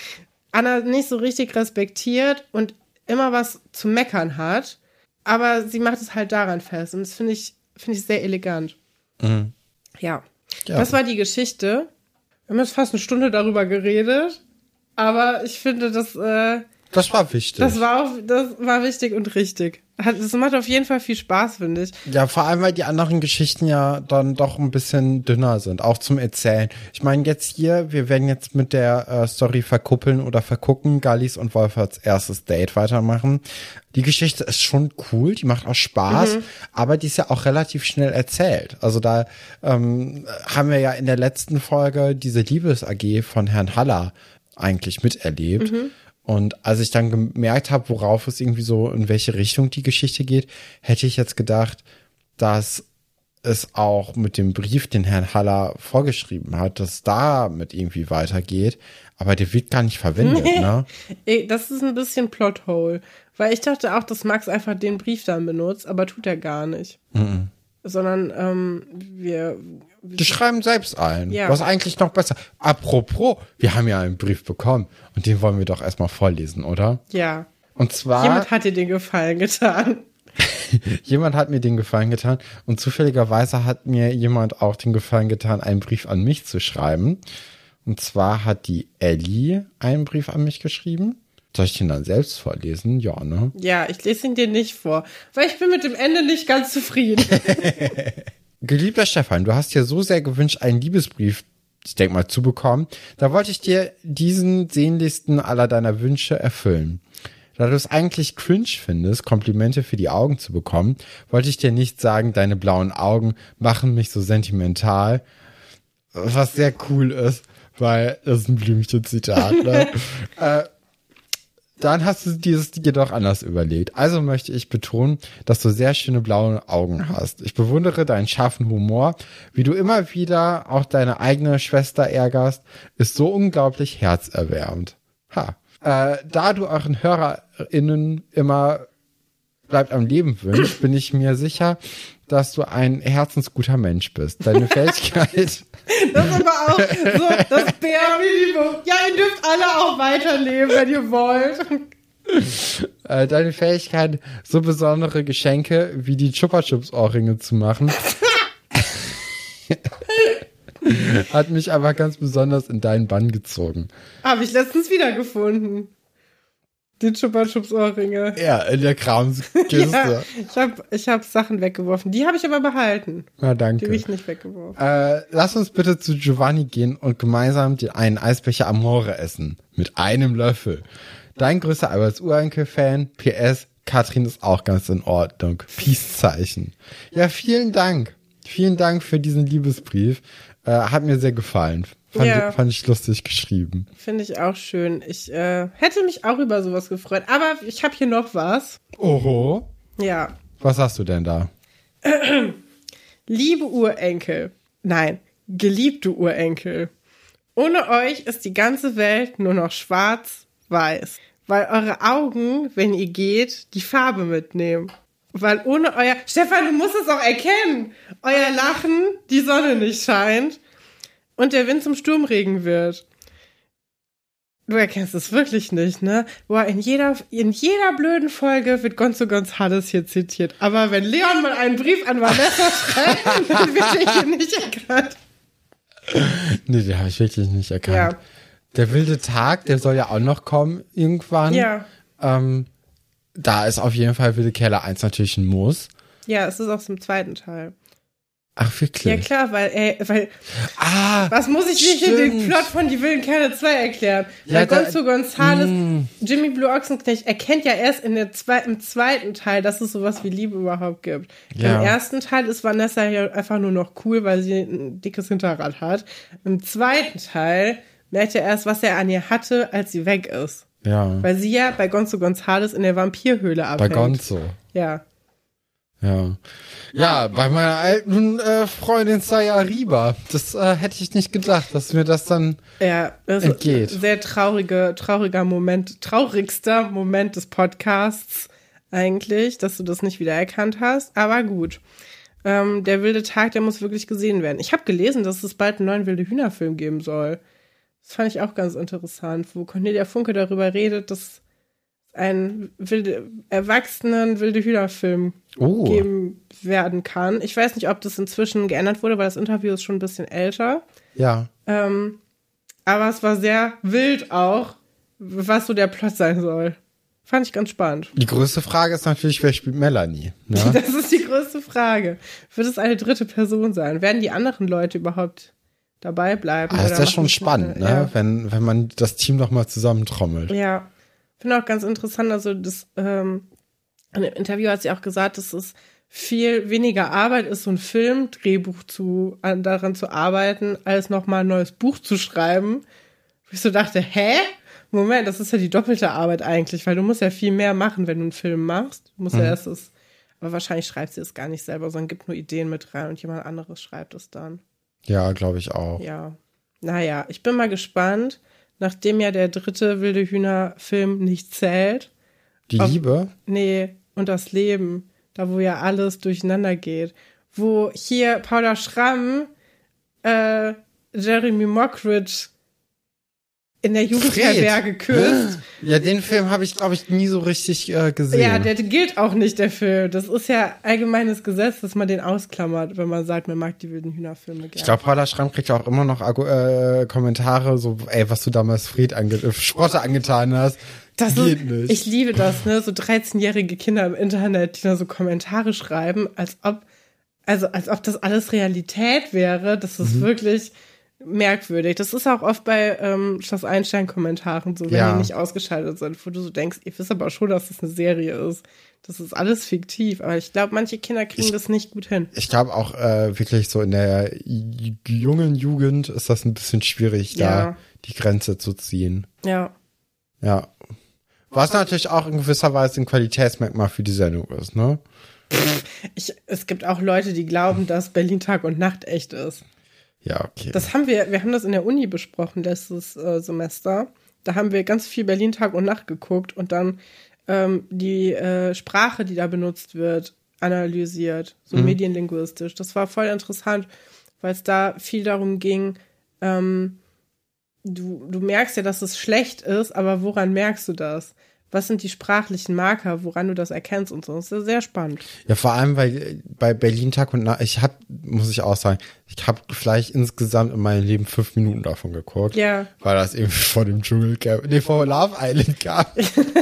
Anna nicht so richtig respektiert und immer was zu meckern hat, aber sie macht es halt daran fest und das finde ich, finde ich sehr elegant. Mhm. Ja. ja, das war die Geschichte. Wir haben jetzt fast eine Stunde darüber geredet, aber ich finde, das äh, das war wichtig. Das war auch, das war wichtig und richtig. Das macht auf jeden Fall viel Spaß, finde ich. Ja, vor allem, weil die anderen Geschichten ja dann doch ein bisschen dünner sind, auch zum Erzählen. Ich meine, jetzt hier, wir werden jetzt mit der äh, Story verkuppeln oder vergucken, Gallis und Wolferts erstes Date weitermachen. Die Geschichte ist schon cool, die macht auch Spaß, mhm. aber die ist ja auch relativ schnell erzählt. Also da ähm, haben wir ja in der letzten Folge diese Liebes-A G von Herrn Haller eigentlich miterlebt. Mhm. Und als ich dann gemerkt habe, worauf es irgendwie so, in welche Richtung die Geschichte geht, hätte ich jetzt gedacht, dass es auch mit dem Brief, den Herrn Haller vorgeschrieben hat, dass damit irgendwie weitergeht. Aber der wird gar nicht verwendet, ne? Das ist ein bisschen Plothole. Weil ich dachte auch, dass Max einfach den Brief dann benutzt, aber tut er gar nicht. Mhm. Sondern ähm, wir... Die schreiben selbst ein. Ja. Was eigentlich noch besser. Apropos, wir haben ja einen Brief bekommen und den wollen wir doch erstmal vorlesen, oder? Ja. Und zwar... Jemand hat dir den Gefallen getan. Jemand hat mir den Gefallen getan und zufälligerweise hat mir jemand auch den Gefallen getan, einen Brief an mich zu schreiben. Und zwar hat die Ellie einen Brief an mich geschrieben. Soll ich den dann selbst vorlesen? Ja, ne? Ja, ich lese ihn dir nicht vor, weil ich bin mit dem Ende nicht ganz zufrieden. Geliebter Stefan, du hast dir so sehr gewünscht, einen Liebesbrief, ich denke mal, zu bekommen. Da wollte ich dir diesen sehnlichsten aller deiner Wünsche erfüllen. Da du es eigentlich cringe findest, Komplimente für die Augen zu bekommen, wollte ich dir nicht sagen, deine blauen Augen machen mich so sentimental. Was sehr cool ist, weil das ist ein Blümchen-Zitat, ne? äh, Dann hast du dieses jedoch anders überlegt. Also möchte ich betonen, dass du sehr schöne blaue Augen hast. Ich bewundere deinen scharfen Humor. Wie du immer wieder auch deine eigene Schwester ärgerst, ist so unglaublich herzerwärmend. Ha. Äh, da du euren HörerInnen immer bleibt am Leben wünscht, bin ich mir sicher, dass du ein herzensguter Mensch bist. Deine Fähigkeit... Das ist aber auch so das Bär-Minimum. Ja, ihr dürft alle auch weiterleben, wenn ihr wollt. Äh, deine Fähigkeit, so besondere Geschenke wie die Chupa-Chups-Ohrringe zu machen, hat mich aber ganz besonders in deinen Bann gezogen. Habe ich letztens wiedergefunden. Die Chupa-Chups-Ohrringe. Ja, in der Kramskiste. Ja, ich habe ich hab Sachen weggeworfen. Die habe ich aber behalten. Na, danke. Die habe ich nicht weggeworfen. Äh, lass uns bitte zu Giovanni gehen und gemeinsam den einen Eisbecher Amore essen. Mit einem Löffel. Dein größter Albers Urenkel-Fan. P S. Katrin ist auch ganz in Ordnung. Peace-Zeichen. Ja, vielen Dank. Vielen Dank für diesen Liebesbrief. Äh, hat mir sehr gefallen. Fand, Ja. fand ich lustig geschrieben. Finde ich auch schön. Ich äh, hätte mich auch über sowas gefreut. Aber ich habe hier noch was. Oho. Ja. Was hast du denn da? Liebe Urenkel. Nein, geliebte Urenkel. Ohne euch ist die ganze Welt nur noch schwarz-weiß. Weil eure Augen, wenn ihr geht, die Farbe mitnehmen. Weil ohne euer... Stefan, du musst es auch erkennen. Euer Lachen, die Sonne nicht scheint. Und der Wind zum Sturmregen wird. Du erkennst es wirklich nicht, ne? Boah, in jeder, in jeder blöden Folge wird Gonzo Gonzales hier zitiert. Aber wenn Leon mal einen Brief an Vanessa schreibt, dann wird er hier nicht erkannt. Nee, den habe ich wirklich nicht erkannt. Ja. Der wilde Tag, der soll ja auch noch kommen irgendwann. Ja. Ähm, da ist auf jeden Fall Wilde Kerle eins natürlich ein Muss. Ja, es ist auch im zweiten Teil. Ach, wirklich? Ja, klar, weil, ey, weil, Ah, was muss ich dir hier den stimmt. Plot von Die wilden Kerle zwei erklären? Ja, weil da- Gonzo Gonzales, Mm. Jimmy Blue Ochsenknecht erkennt ja erst in der zwei, im zweiten Teil, dass es sowas wie Liebe überhaupt gibt. Ja. Im ersten Teil ist Vanessa ja einfach nur noch cool, weil sie ein dickes Hinterrad hat. Im zweiten Teil merkt er erst, was er an ihr hatte, als sie weg ist. Ja, Weil sie ja bei Gonzo Gonzales in der Vampirhöhle bei abhängt. Gonzo. Ja. Ja. Ja, bei meiner alten äh, Freundin Sayariba. Das äh, hätte ich nicht gedacht, dass mir das dann Ja, das entgeht. ist ein sehr traurige, trauriger Moment, traurigster Moment des Podcasts eigentlich, dass du das nicht wiedererkannt hast. Aber gut. Ähm, der wilde Tag, der muss wirklich gesehen werden. Ich habe gelesen, dass es bald einen neuen Wilde Hühner-Film geben soll. Das fand ich auch ganz interessant, wo Cornelia Funke darüber redet, dass es einen wilde, erwachsenen Wilde Hühner-Film Oh. geben werden kann. Ich weiß nicht, ob das inzwischen geändert wurde, weil das Interview ist schon ein bisschen älter. Ja. Ähm, aber es war sehr wild auch, was so der Plot sein soll. Fand ich ganz spannend. Die größte Frage ist natürlich, wer spielt Melanie? Ne? Das ist die größte Frage. Wird es eine dritte Person sein? Werden die anderen Leute überhaupt dabei bleiben? Ah, das ist oder ja schon machen- spannend, ne? Ja. Wenn, wenn man das Team noch mal zusammentrommelt. Ja, finde auch ganz interessant, also das, ähm, in dem Interview hat sie auch gesagt, dass es viel weniger Arbeit ist, so ein Filmdrehbuch zu, an, daran zu arbeiten, als nochmal ein neues Buch zu schreiben. Wo ich so dachte, hä? Moment, das ist ja die doppelte Arbeit eigentlich, weil du musst ja viel mehr machen, wenn du einen Film machst. Du musst Mhm. ja erst das, aber wahrscheinlich schreibt sie es gar nicht selber, sondern gibt nur Ideen mit rein und jemand anderes schreibt es dann. Ja, glaube ich auch. Ja. Naja, ich bin mal gespannt, nachdem ja der dritte Wilde Hühner-Film nicht zählt. Die Ob- Liebe? Nee, und das Leben, da wo ja alles durcheinander geht. Wo hier Paula Schramm äh, Jeremy Mockridge in der Jugendherberge küsst. Ja, den Film habe ich, glaube ich, nie so richtig äh, gesehen. Ja, der gilt auch nicht, der Film. Das ist ja allgemeines Gesetz, dass man den ausklammert, wenn man sagt, man mag die wilden Hühnerfilme gerne. Ich glaube, Paula Schramm kriegt ja auch immer noch Argu- äh, Kommentare, so, ey, was du damals Fried ange äh, Sprotte angetan hast. Das geht ist, nicht. Ich liebe das, ne? So dreizehnjährige Kinder im Internet, die da so Kommentare schreiben, als ob, also als ob das alles Realität wäre. Das ist Mhm. wirklich merkwürdig. Das ist auch oft bei ähm, Schloss Einstein-Kommentaren so, wenn Ja. die nicht ausgeschaltet sind, wo du so denkst, ihr wisst aber schon, dass das eine Serie ist. Das ist alles fiktiv. Aber ich glaube, manche Kinder kriegen Ich- das nicht gut hin. Ich glaube auch äh, wirklich so in der j- jungen Jugend ist das ein bisschen schwierig, da Ja. die Grenze zu ziehen. Ja. Ja. Was natürlich auch in gewisser Weise ein Qualitätsmerkmal für die Sendung ist, ne? Ich, es gibt auch Leute, die glauben, dass Berlin Tag und Nacht echt ist. Ja, okay. Das haben wir, wir haben das in der Uni besprochen letztes äh, Semester. Da haben wir ganz viel Berlin Tag und Nacht geguckt und dann ähm, die äh, Sprache, die da benutzt wird, analysiert, so Mhm. medienlinguistisch. Das war voll interessant, weil es da viel darum ging, ähm, du, du merkst ja, dass es schlecht ist, aber woran merkst du das? Was sind die sprachlichen Marker, woran du das erkennst und so? Das ist sehr spannend. Ja, vor allem, weil bei Berlin Tag und Nacht, ich hab, muss ich auch sagen, ich habe vielleicht insgesamt in meinem Leben fünf Minuten davon geguckt. Ja. Weil das irgendwie vor dem Dschungelcamp, nee, vor Love Island gab.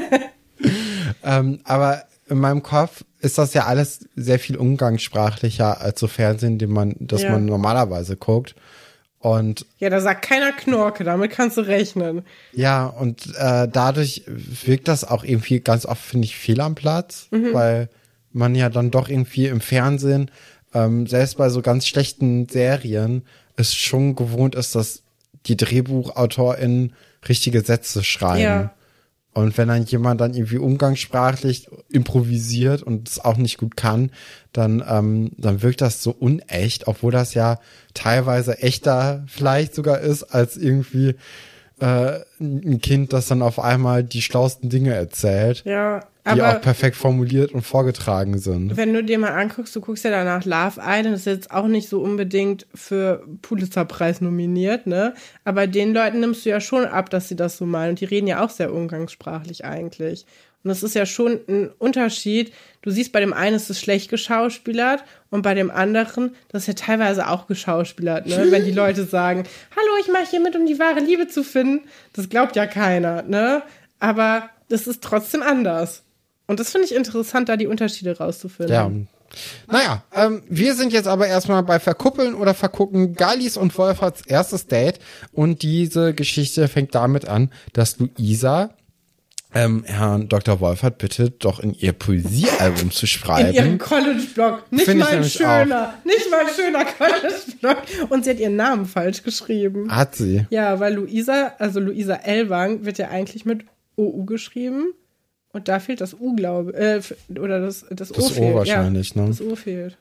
ähm, aber in meinem Kopf ist das ja alles sehr viel umgangssprachlicher als so Fernsehen, den man, das Ja. man normalerweise guckt. Und ja, da sagt keiner Knorke, damit kannst du rechnen. ja, und äh, dadurch wirkt das auch irgendwie ganz oft, finde ich, fehl am Platz, mhm. weil man ja dann doch irgendwie im Fernsehen, ähm, selbst bei so ganz schlechten Serien, es schon gewohnt ist, dass die DrehbuchautorInnen richtige Sätze schreiben. Ja. Und wenn dann jemand dann irgendwie umgangssprachlich improvisiert und es auch nicht gut kann, dann, ähm, dann wirkt das so unecht, obwohl das ja teilweise echter vielleicht sogar ist, als irgendwie äh, ein Kind, das dann auf einmal die schlauesten Dinge erzählt. Ja, die aber auch perfekt formuliert und vorgetragen sind. Wenn du dir mal anguckst, du guckst ja danach Love Island, das ist jetzt auch nicht so unbedingt für Pulitzerpreis nominiert, ne? Aber den Leuten nimmst du ja schon ab, dass sie das so meinen. Und die reden ja auch sehr umgangssprachlich eigentlich. Und das ist ja schon ein Unterschied. Du siehst, bei dem einen ist es schlecht geschauspielert und bei dem anderen, das ist ja teilweise auch geschauspielert, ne? Wenn die Leute sagen, hallo, ich mache hier mit, um die wahre Liebe zu finden. Das glaubt ja keiner, ne? Aber das ist trotzdem anders. Und das finde ich interessant, da die Unterschiede rauszufinden. Ja. Naja, ähm, wir sind jetzt aber erstmal bei Verkuppeln oder Vergucken, Gallis und Wolferts erstes Date. Und diese Geschichte fängt damit an, dass Luisa ähm, Herrn Doktor Wolfert bittet, doch in ihr Poesiealbum zu schreiben. In ihrem College-Blog. Nicht Find mal ein schöner, auch. nicht mal ein schöner College-Blog. Und sie hat ihren Namen falsch geschrieben. Hat sie? Ja, weil Luisa, also Luisa Ellwang wird ja eigentlich mit O U geschrieben. Und da fehlt das U, glaube äh, oder das, das O das fehlt. O wahrscheinlich, ja, ne? Das O fehlt.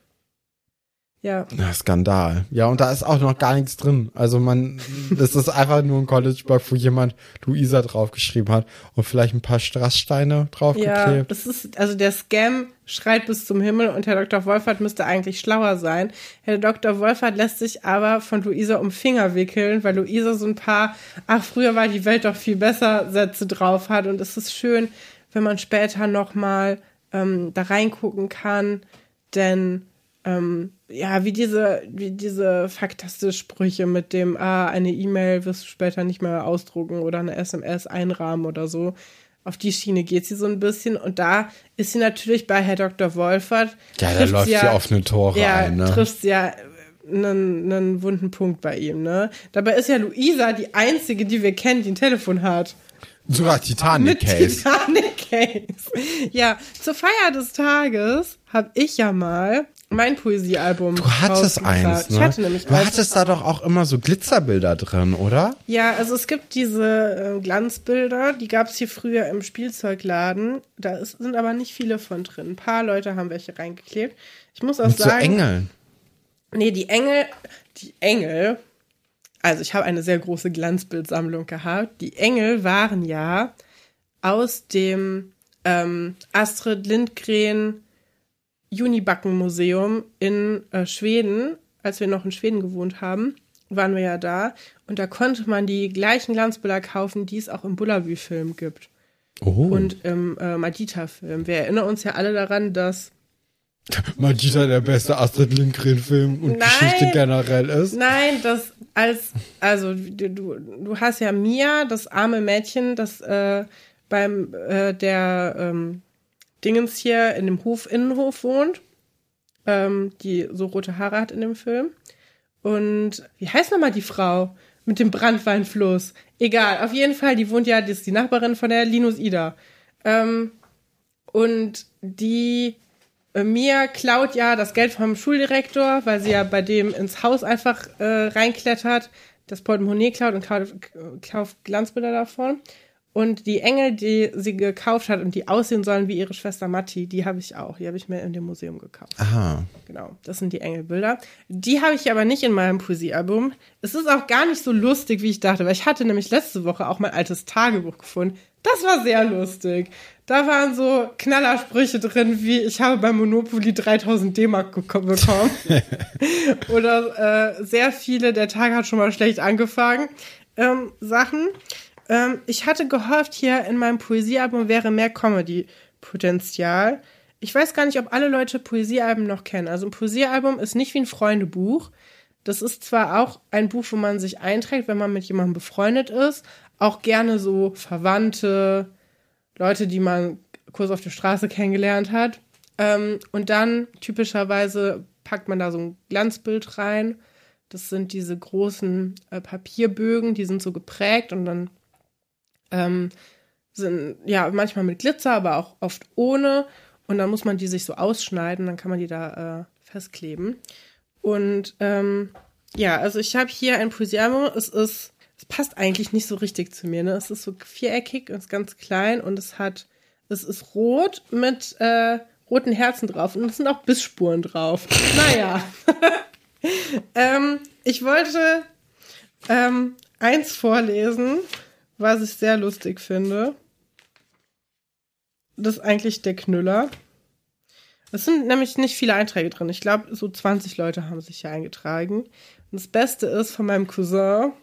Ja. Na, Skandal. Ja, und da ist auch noch gar nichts drin. Also man, das ist einfach nur ein College-Blog, wo jemand Luisa draufgeschrieben hat und vielleicht ein paar Strasssteine draufgeklebt. Ja, das ist, also der Scam schreit bis zum Himmel und Herr Doktor Wolfert müsste eigentlich schlauer sein. Herr Doktor Wolfert lässt sich aber von Luisa um Finger wickeln, weil Luisa so ein paar, ach, früher war die Welt doch viel besser Sätze drauf hat und es ist schön, wenn man später nochmal ähm, da reingucken kann, denn ähm, ja, wie diese, wie diese faktastischen Sprüche mit dem, ah, eine E-Mail wirst du später nicht mehr ausdrucken oder eine S M S einrahmen oder so. Auf die Schiene geht sie so ein bisschen und da ist sie natürlich bei Herr Doktor Wolfert. Ja, da läuft sie ja, offene Tore ja, ein, ne? Trifft sie ja einen, einen wunden Punkt bei ihm, ne? Dabei ist ja Luisa die einzige, die wir kennen, die ein Telefon hat. Sogar Titanic Case. Titanic Case. Ja, zur Feier des Tages habe ich ja mal mein Poesiealbum. Du hattest eins, ne? Ich hatte nämlich Du hattest da doch auch immer so Glitzerbilder drin, oder? Ja, also es gibt diese äh, Glanzbilder, die gab es hier früher im Spielzeugladen. Da ist, sind aber nicht viele von drin. Ein paar Leute haben welche reingeklebt. Ich muss auch Mit sagen. So Engeln. Nee, die Engel, die Engel. Also ich habe eine sehr große Glanzbildsammlung gehabt. Die Engel waren ja aus dem ähm, Astrid Lindgren Junibacken-Museum in äh, Schweden. Als wir noch in Schweden gewohnt haben, waren wir ja da. Und da konnte man die gleichen Glanzbilder kaufen, die es auch im Bullabü-Film gibt. Oh. Und im äh, Madita-Film. Wir erinnern uns ja alle daran, dass Madita der beste Astrid Lindgren-Film und Nein, Geschichte generell ist. Nein, das als, also du, du hast ja Mia, das arme Mädchen, das äh, beim äh, der ähm, Dingens hier in dem Hof, Innenhof wohnt, ähm, die so rote Haare hat in dem Film. Und wie heißt nochmal die Frau mit dem Branntweinfluss? Egal, auf jeden Fall, die wohnt ja, die ist die Nachbarin von der Linus Ida. Ähm, und die Mia klaut ja das Geld vom Schuldirektor, weil sie ja bei dem ins Haus einfach äh, reinklettert, das Portemonnaie klaut und kauft, kauft Glanzbilder davon. Und die Engel, die sie gekauft hat und die aussehen sollen wie ihre Schwester Matti, die habe ich auch. Die habe ich mir in dem Museum gekauft. Aha. Genau, das sind die Engelbilder. Die habe ich aber nicht in meinem Poesiealbum. Es ist auch gar nicht so lustig, wie ich dachte, weil ich hatte nämlich letzte Woche auch mein altes Tagebuch gefunden. Das war sehr lustig. Da waren so Knallersprüche drin, wie ich habe beim Monopoly dreitausend D-Mark bekommen. Oder äh, sehr viele, der Tag hat schon mal schlecht angefangen, ähm, Sachen. Ähm, ich hatte gehofft, hier in meinem Poesiealbum wäre mehr Comedy-Potenzial. Ich weiß gar nicht, ob alle Leute Poesiealben noch kennen. Also ein Poesiealbum ist nicht wie ein Freundebuch. Das ist zwar auch ein Buch, wo man sich einträgt, wenn man mit jemandem befreundet ist, auch gerne so Verwandte, Leute, die man kurz auf der Straße kennengelernt hat. Ähm, und dann typischerweise packt man da so ein Glanzbild rein. Das sind diese großen äh, Papierbögen, die sind so geprägt und dann ähm, sind, ja, manchmal mit Glitzer, aber auch oft ohne. Und dann muss man die sich so ausschneiden, dann kann man die da äh, festkleben. Und ähm, ja, also ich habe hier ein Poesiealbum. Es ist, es passt eigentlich nicht so richtig zu mir. Ne? Es ist so viereckig und ist ganz klein und es hat, es ist rot mit äh, roten Herzen drauf und es sind auch Bissspuren drauf. Naja. ähm, ich wollte ähm, eins vorlesen, was ich sehr lustig finde. Das ist eigentlich der Knüller. Es sind nämlich nicht viele Einträge drin. Ich glaube, so zwanzig Leute haben sich hier eingetragen. Und das Beste ist von meinem Cousin.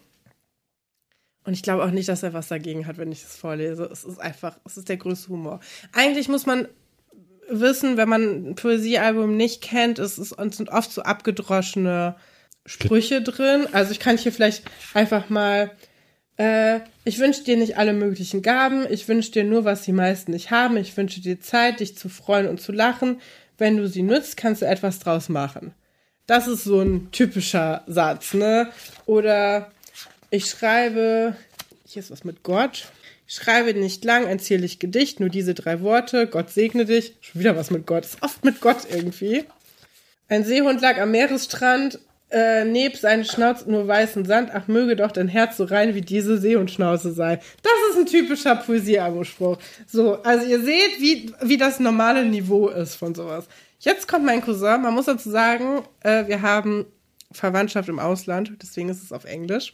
Und ich glaube auch nicht, dass er was dagegen hat, wenn ich das vorlese. Es ist einfach, es ist der größte Humor. Eigentlich muss man wissen, wenn man ein Poesiealbum nicht kennt, es, ist, es sind oft so abgedroschene Sprüche drin. Also ich kann hier vielleicht einfach mal äh, ich wünsche dir nicht alle möglichen Gaben, ich wünsche dir nur, was die meisten nicht haben, ich wünsche dir Zeit, dich zu freuen und zu lachen. Wenn du sie nutzt, kannst du etwas draus machen. Das ist so ein typischer Satz, ne? Oder ich schreibe, hier ist was mit Gott. Ich schreibe nicht lang ein zierlich Gedicht, nur diese drei Worte. Gott segne dich. Schon wieder was mit Gott. Ist oft mit Gott irgendwie. Ein Seehund lag am Meeresstrand, äh, neb seine Schnauze nur weißen Sand. Ach, möge doch dein Herz so rein wie diese Seehundschnauze sei. Das ist ein typischer Poesie-Abo-Spruch. So, also ihr seht, wie, wie das normale Niveau ist von sowas. Jetzt kommt mein Cousin. Man muss dazu sagen, äh, wir haben Verwandtschaft im Ausland, deswegen ist es auf Englisch.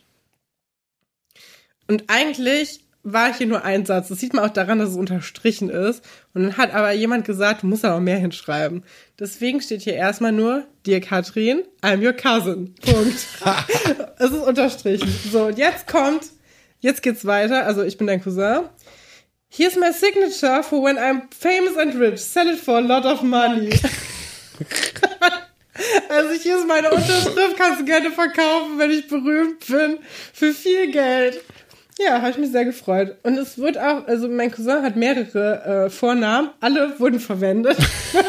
Und eigentlich war hier nur ein Satz. Das sieht man auch daran, dass es unterstrichen ist. Und dann hat aber jemand gesagt, du musst da noch mehr hinschreiben. Deswegen steht hier erstmal nur, Dear Katrin, I'm your cousin. Punkt. Es ist unterstrichen. So, und jetzt kommt, jetzt geht's weiter. Also ich bin dein Cousin. Here's my signature for when I'm famous and rich. Sell it for a lot of money. Also hier ist meine Unterschrift, kannst du gerne verkaufen, wenn ich berühmt bin, für viel Geld. Ja, habe ich mich sehr gefreut. Und es wird auch, also mein Cousin hat mehrere äh, Vornamen, alle wurden verwendet.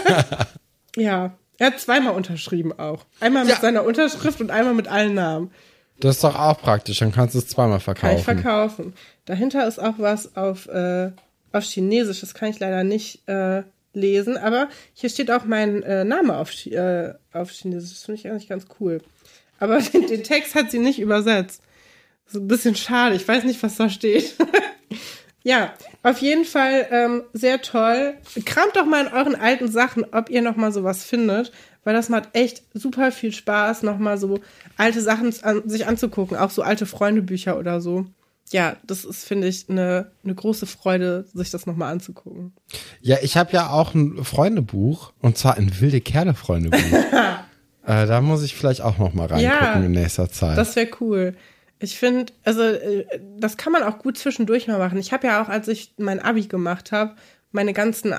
Ja, er hat zweimal unterschrieben auch. Einmal mit ja. seiner Unterschrift und einmal mit allen Namen. Das ist doch auch praktisch, dann kannst du es zweimal verkaufen. Kann ich verkaufen. Dahinter ist auch was auf, äh, auf Chinesisch, das kann ich leider nicht äh, lesen, aber hier steht auch mein äh, Name auf, äh, auf Chinesisch, das finde ich eigentlich ganz cool. Aber den, den Text hat sie nicht übersetzt. So ein bisschen schade, ich weiß nicht, was da steht. Ja, auf jeden Fall ähm, sehr toll. Kramt doch mal in euren alten Sachen, ob ihr noch mal sowas findet, weil das macht echt super viel Spaß, noch mal so alte Sachen an, sich anzugucken, auch so alte Freundebücher oder so. Ja, das ist, finde ich, eine eine große Freude, sich das noch mal anzugucken. Ja, ich habe ja auch ein Freundebuch, und zwar ein wilde Kerle-Freundebuch. äh, da muss ich vielleicht auch noch mal reingucken ja, in nächster Zeit. Das wäre cool. Ich finde, also das kann man auch gut zwischendurch mal machen. Ich habe ja auch, als ich mein Abi gemacht habe, meine ganzen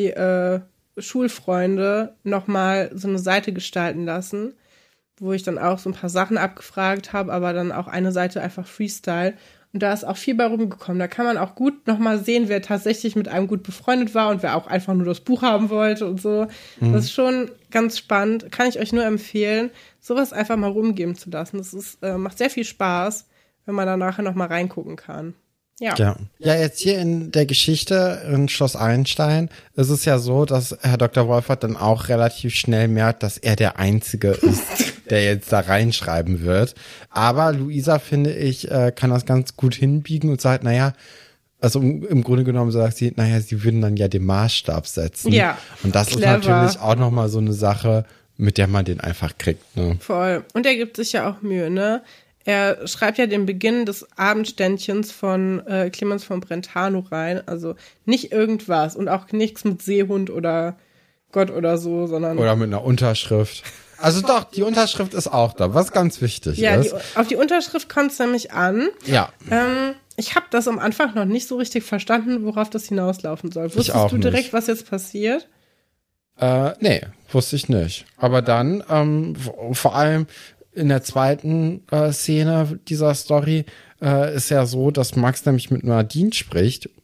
Abi-Schulfreunde äh, noch mal so eine Seite gestalten lassen, wo ich dann auch so ein paar Sachen abgefragt habe, aber dann auch eine Seite einfach Freestyle. Und da ist auch viel bei rumgekommen. Da kann man auch gut noch mal sehen, wer tatsächlich mit einem gut befreundet war und wer auch einfach nur das Buch haben wollte und so. Mhm. Das ist schon ganz spannend. Kann ich euch nur empfehlen, sowas einfach mal rumgeben zu lassen. Das ist, äh, macht sehr viel Spaß, wenn man da nachher noch mal reingucken kann. Ja. ja. Ja, jetzt hier in der Geschichte in Schloss Einstein ist es ja so, dass Herr Doktor Wolfert dann auch relativ schnell merkt, dass er der Einzige ist, der jetzt da reinschreiben wird. Aber Luisa, finde ich, kann das ganz gut hinbiegen und sagt, naja, also im Grunde genommen sagt sie, naja, sie würden dann ja den Maßstab setzen. Ja, und das clever. Ist natürlich auch nochmal so eine Sache, mit der man den einfach kriegt. Ne? Voll. Und er gibt sich ja auch Mühe, ne? Er schreibt ja den Beginn des Abendständchens von äh, Clemens von Brentano rein. Also nicht irgendwas und auch nichts mit Seehund oder Gott oder so, sondern... Oder mit einer Unterschrift. Also doch, die Unterschrift ist auch da, was ganz wichtig ja, ist. Ja, auf die Unterschrift kommt es nämlich an. Ja. Ähm, ich habe das am Anfang noch nicht so richtig verstanden, worauf das hinauslaufen soll. Wusstest du direkt, nicht. Was jetzt passiert? Äh, nee, wusste ich nicht. Aber dann, ähm, vor allem in der zweiten äh, Szene dieser Story äh, ist ja so, dass Max nämlich mit Nadine spricht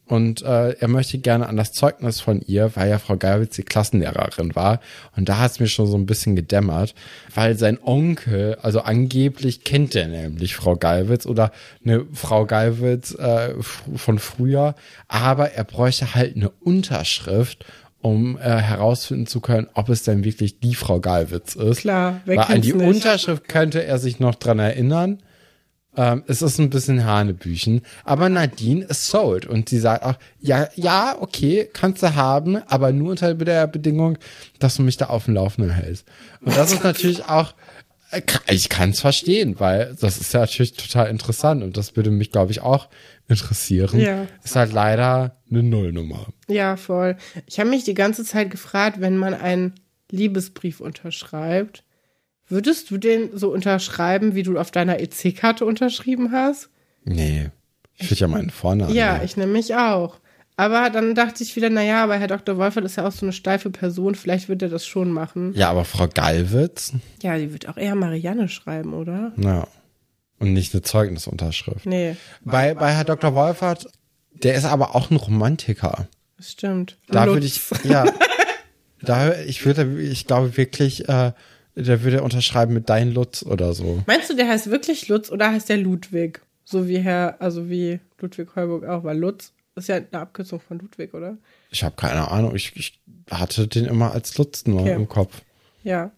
Und äh, er möchte gerne an das Zeugnis von ihr, weil ja Frau Geiwitz die Klassenlehrerin war. Und da hat es mir schon so ein bisschen gedämmert, weil sein Onkel, also angeblich kennt er nämlich Frau Geiwitz oder eine Frau Geiwitz äh, von früher. Aber er bräuchte halt eine Unterschrift, um äh, herausfinden zu können, ob es denn wirklich die Frau Geiwitz ist. Klar, wer weil an kennt's die nicht? Unterschrift könnte er sich noch dran erinnern. Ähm, es ist ein bisschen Hanebüchen, aber Nadine ist sold und sie sagt auch, ja, ja, okay, kannst du haben, aber nur unter der Bedingung, dass du mich da auf dem Laufenden hältst. Und das ist natürlich auch, äh, ich kann es verstehen, weil das ist ja natürlich total interessant und das würde mich, glaube ich, auch interessieren. Ja. Ist halt leider eine Nullnummer. Ja, voll. Ich habe mich die ganze Zeit gefragt, wenn man einen Liebesbrief unterschreibt, würdest du den so unterschreiben, wie du auf deiner E C-Karte unterschrieben hast? Nee, ich würde ja meinen Vornamen. Ja, nehmen. ich nämlich auch. Aber dann dachte ich wieder, naja, aber Herr Doktor Wolfert ist ja auch so eine steife Person, vielleicht wird er das schon machen. Ja, aber Frau Geiwitz? Ja, die wird auch eher Marianne schreiben, oder? Ja. Und nicht eine Zeugnisunterschrift. Nee, Bei, bei Herr Doktor Wolfert, der ist aber auch ein Romantiker. das stimmt. Da Lutz. würde ich, ja, da, ich würde, ich glaube wirklich, äh, der würde unterschreiben mit Dein Lutz oder so. Meinst du, der heißt wirklich Lutz oder heißt der Ludwig? So wie Herr, also wie Ludwig Heuburg auch, weil Lutz ist ja eine Abkürzung von Ludwig, oder? Ich habe keine Ahnung, ich, ich hatte den immer als Lutz nur Okay. im Kopf. Ja.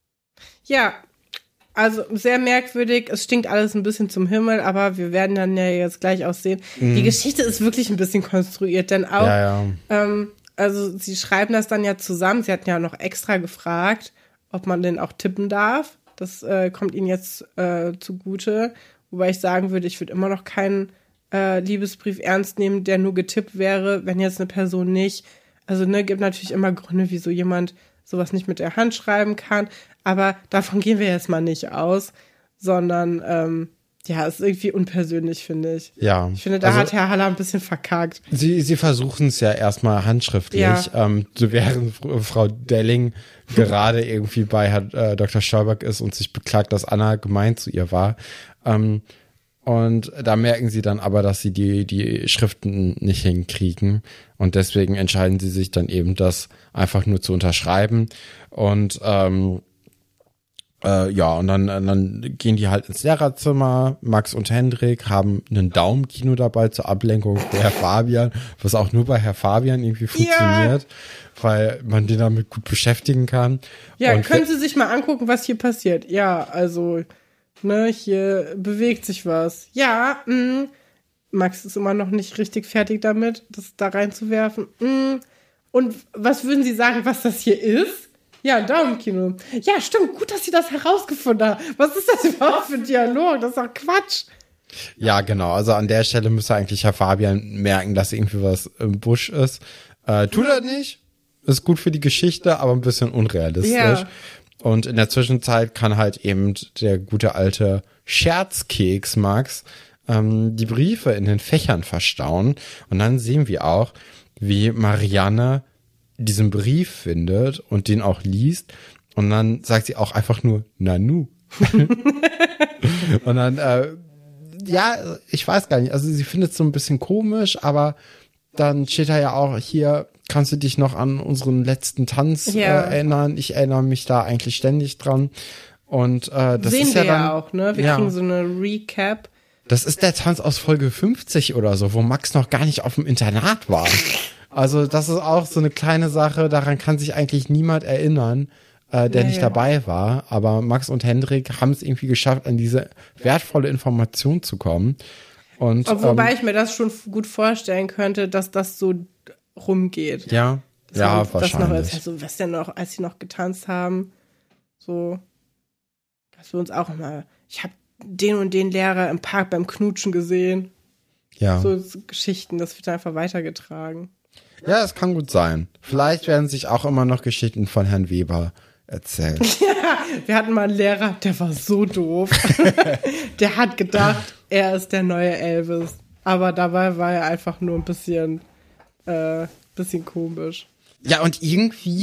Ja, also sehr merkwürdig. Es stinkt alles ein bisschen zum Himmel, aber wir werden dann ja jetzt gleich auch sehen. Die Geschichte ist wirklich ein bisschen konstruiert, denn auch, Ja, ja. ähm, also sie schreiben das dann ja zusammen. Sie hatten ja noch extra gefragt, ob man denn auch tippen darf. Das äh, kommt ihnen jetzt äh, zugute. Wobei ich sagen würde, ich würde immer noch keinen äh, Liebesbrief ernst nehmen, der nur getippt wäre, wenn jetzt eine Person nicht. Also, ne, gibt natürlich immer Gründe, wieso jemand sowas nicht mit der Hand schreiben kann. Aber davon gehen wir jetzt mal nicht aus, sondern ähm, ja, ist irgendwie unpersönlich, finde ich. Ja. Ich finde, da Also- hat Herr Haller ein bisschen verkackt. Sie, sie versuchen es ja erstmal handschriftlich, Ja. ähm, so während Fr- Frau Delling gerade irgendwie bei Herr äh, Doktor Stolberg ist und sich beklagt, dass Anna gemein zu ihr war. Ähm, und da merken sie dann aber, dass sie die, die Schriften nicht hinkriegen. Und deswegen entscheiden sie sich dann eben, das einfach nur zu unterschreiben. Und ähm, Äh, ja, und dann, äh, dann gehen die halt ins Lehrerzimmer. Max und Hendrik haben einen Daumenkino dabei zur Ablenkung für Herr Fabian, was auch nur bei Herr Fabian irgendwie funktioniert, weil man den damit gut beschäftigen kann. Ja, und können Sie sich mal angucken, was hier passiert. Ja, also, ne, hier bewegt sich was. Ja, mh. Max ist immer noch nicht richtig fertig damit, das da reinzuwerfen. Mh. Und was würden Sie sagen, was das hier ist? Ja, Daumenkino. Ja, stimmt. Gut, dass Sie das herausgefunden haben. Was ist das überhaupt für ein Dialog? Das ist doch Quatsch. Ja, genau. Also an der Stelle müsste eigentlich Herr Fabian merken, dass irgendwie was im Busch ist. Äh, tut er nicht. Ist gut für die Geschichte, aber ein bisschen unrealistisch. Ja. Und in der Zwischenzeit kann halt eben der gute alte Scherzkeks Max ähm, die Briefe in den Fächern verstauen. Und dann sehen wir auch, wie Marianne diesen Brief findet und den auch liest. Und dann sagt sie auch einfach nur Nanu. Und dann, äh, ja, ich weiß gar nicht, also sie findet es so ein bisschen komisch, aber dann steht da ja auch hier, kannst du dich noch an unseren letzten Tanz Ja. äh, erinnern? Ich erinnere mich da eigentlich ständig dran. Und äh, das Sehen ist wir ja dann, ja auch, ne? Wir ja. kriegen so eine Recap. Das ist der Tanz aus Folge fünfzig oder so, wo Max noch gar nicht auf dem Internat war. Also das ist auch so eine kleine Sache, daran kann sich eigentlich niemand erinnern, äh, der Ja, nicht ja. dabei war. Aber Max und Hendrik haben es irgendwie geschafft, an diese wertvolle Information zu kommen. Und Wobei ähm, ich mir das schon f- gut vorstellen könnte, dass das so rumgeht. ja, Dass ja, man das noch wahrscheinlich. ist. Also, was denn noch, als sie noch getanzt haben, so, dass wir uns auch immer, ich habe den und den Lehrer im Park beim Knutschen gesehen. Ja. So, so Geschichten, das wird einfach weitergetragen. ja, es kann gut sein. Vielleicht werden sich auch immer noch Geschichten von Herrn Weber erzählt. Wir hatten mal einen Lehrer, der war so doof. Der hat gedacht, er ist der neue Elvis. Aber dabei war er einfach nur ein bisschen, äh, bisschen komisch. Ja, und irgendwie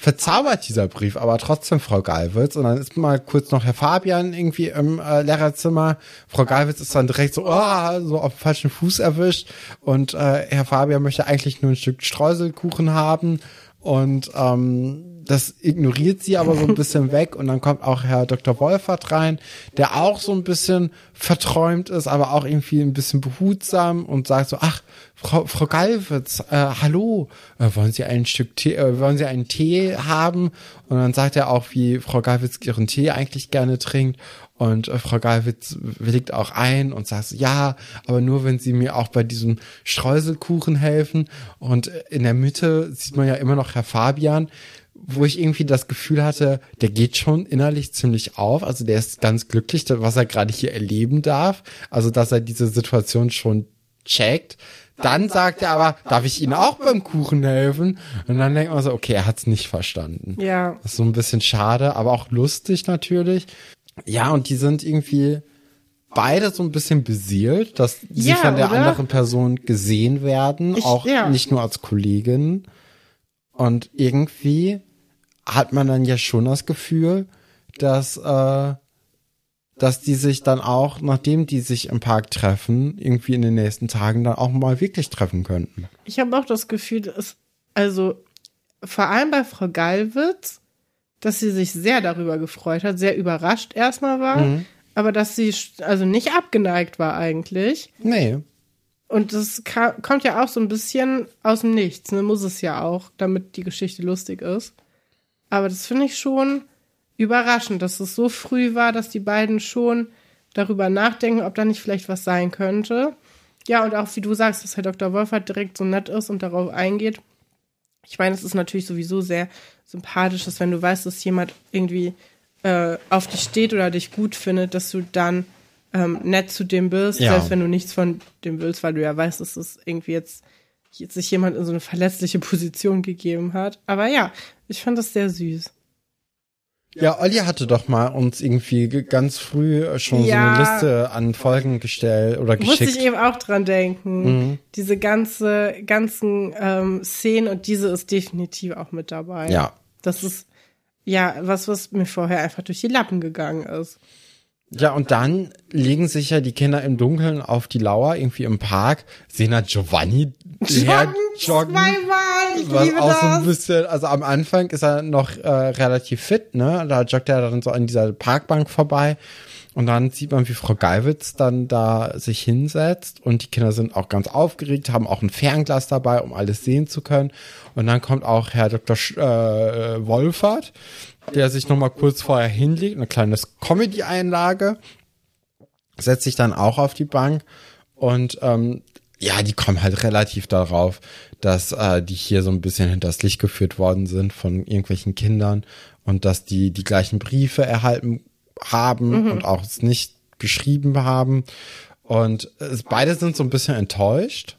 verzaubert dieser Brief aber trotzdem Frau Gallwitz. Und dann ist mal kurz noch Herr Fabian irgendwie im äh, Lehrerzimmer. Frau Gallwitz ist dann direkt so, oh, so auf dem falschen Fuß erwischt. Und äh, Herr Fabian möchte eigentlich nur ein Stück Streuselkuchen haben. Und ähm, das ignoriert sie aber so ein bisschen weg. Und dann kommt auch Herr Doktor Wolfert rein, der auch so ein bisschen verträumt ist, aber auch irgendwie ein bisschen behutsam und sagt so, ach, Frau, Frau Gallwitz, äh, hallo, äh, wollen Sie ein Stück Tee, äh, wollen Sie einen Tee haben? Und dann sagt er auch, wie Frau Gallwitz ihren Tee eigentlich gerne trinkt. Und äh, Frau Gallwitz willigt auch ein und sagt so, ja, aber nur, wenn Sie mir auch bei diesem Streuselkuchen helfen. Und in der Mitte sieht man ja immer noch Herr Fabian, wo ich irgendwie das Gefühl hatte, der geht schon innerlich ziemlich auf. Also der ist ganz glücklich, was er gerade hier erleben darf. Also, dass er diese Situation schon checkt. Dann sagt er aber, darf ich Ihnen auch beim Kuchen helfen? Und dann denkt man so, okay, er hat es nicht verstanden. Ja. Das ist so ein bisschen schade, aber auch lustig natürlich. Ja, und die sind irgendwie beide so ein bisschen beseelt, dass sie Ja, von der oder? anderen Person gesehen werden, Ich- auch ja. nicht nur als Kollegin. Und irgendwie hat man dann ja schon das Gefühl, dass, äh, dass die sich dann auch, nachdem die sich im Park treffen, irgendwie in den nächsten Tagen dann auch mal wirklich treffen könnten. Ich habe auch das Gefühl, dass, also vor allem bei Frau Gallwitz, dass sie sich sehr darüber gefreut hat, sehr überrascht erstmal war, Mhm. aber dass sie sch- also nicht abgeneigt war eigentlich. Nee. Und das ka- kommt ja auch so ein bisschen aus dem Nichts, ne? Muss es ja auch, damit die Geschichte lustig ist. Aber das finde ich schon überraschend, dass es so früh war, dass die beiden schon darüber nachdenken, ob da nicht vielleicht was sein könnte. Ja, und auch wie du sagst, dass Herr Doktor Wolfert direkt so nett ist und darauf eingeht. Ich meine, es ist natürlich sowieso sehr sympathisch, dass wenn du weißt, dass jemand irgendwie äh, auf dich steht oder dich gut findet, dass du dann ähm, nett zu dem bist, Ja. selbst wenn du nichts von dem willst, weil du ja weißt, dass es irgendwie jetzt, jetzt sich jemand in so eine verletzliche Position gegeben hat. Aber ja, ich fand das sehr süß. Ja, Olli hatte doch mal uns irgendwie ge- ganz früh schon Ja. so eine Liste an Folgen gestellt oder Musste geschickt. ich eben auch dran denken. Mhm. Diese ganze, ganzen ähm, Szenen und diese ist definitiv auch mit dabei. Ja. Das ist ja was, was mir vorher einfach durch die Lappen gegangen ist. Ja, und dann legen sich ja die Kinder im Dunkeln auf die Lauer, irgendwie im Park, sehen da Giovanni Joggen, joggen. zweimal, ich Was liebe auch das. so ein bisschen, also am Anfang ist er noch äh, relativ fit, ne? Da joggt er dann so an dieser Parkbank vorbei. Und dann sieht man, wie Frau Gallwitz dann da sich hinsetzt und die Kinder sind auch ganz aufgeregt, haben auch ein Fernglas dabei, um alles sehen zu können. Und dann kommt auch Herr Doktor Sch äh, Wolfert, der sich nochmal kurz vorher hinlegt, eine kleine Comedy-Einlage, setzt sich dann auch auf die Bank und ähm, ja, die kommen halt relativ darauf, dass äh, die hier so ein bisschen hinters Licht geführt worden sind von irgendwelchen Kindern und dass die die gleichen Briefe erhalten haben Mhm. und auch es nicht geschrieben haben. Und es, beide sind so ein bisschen enttäuscht.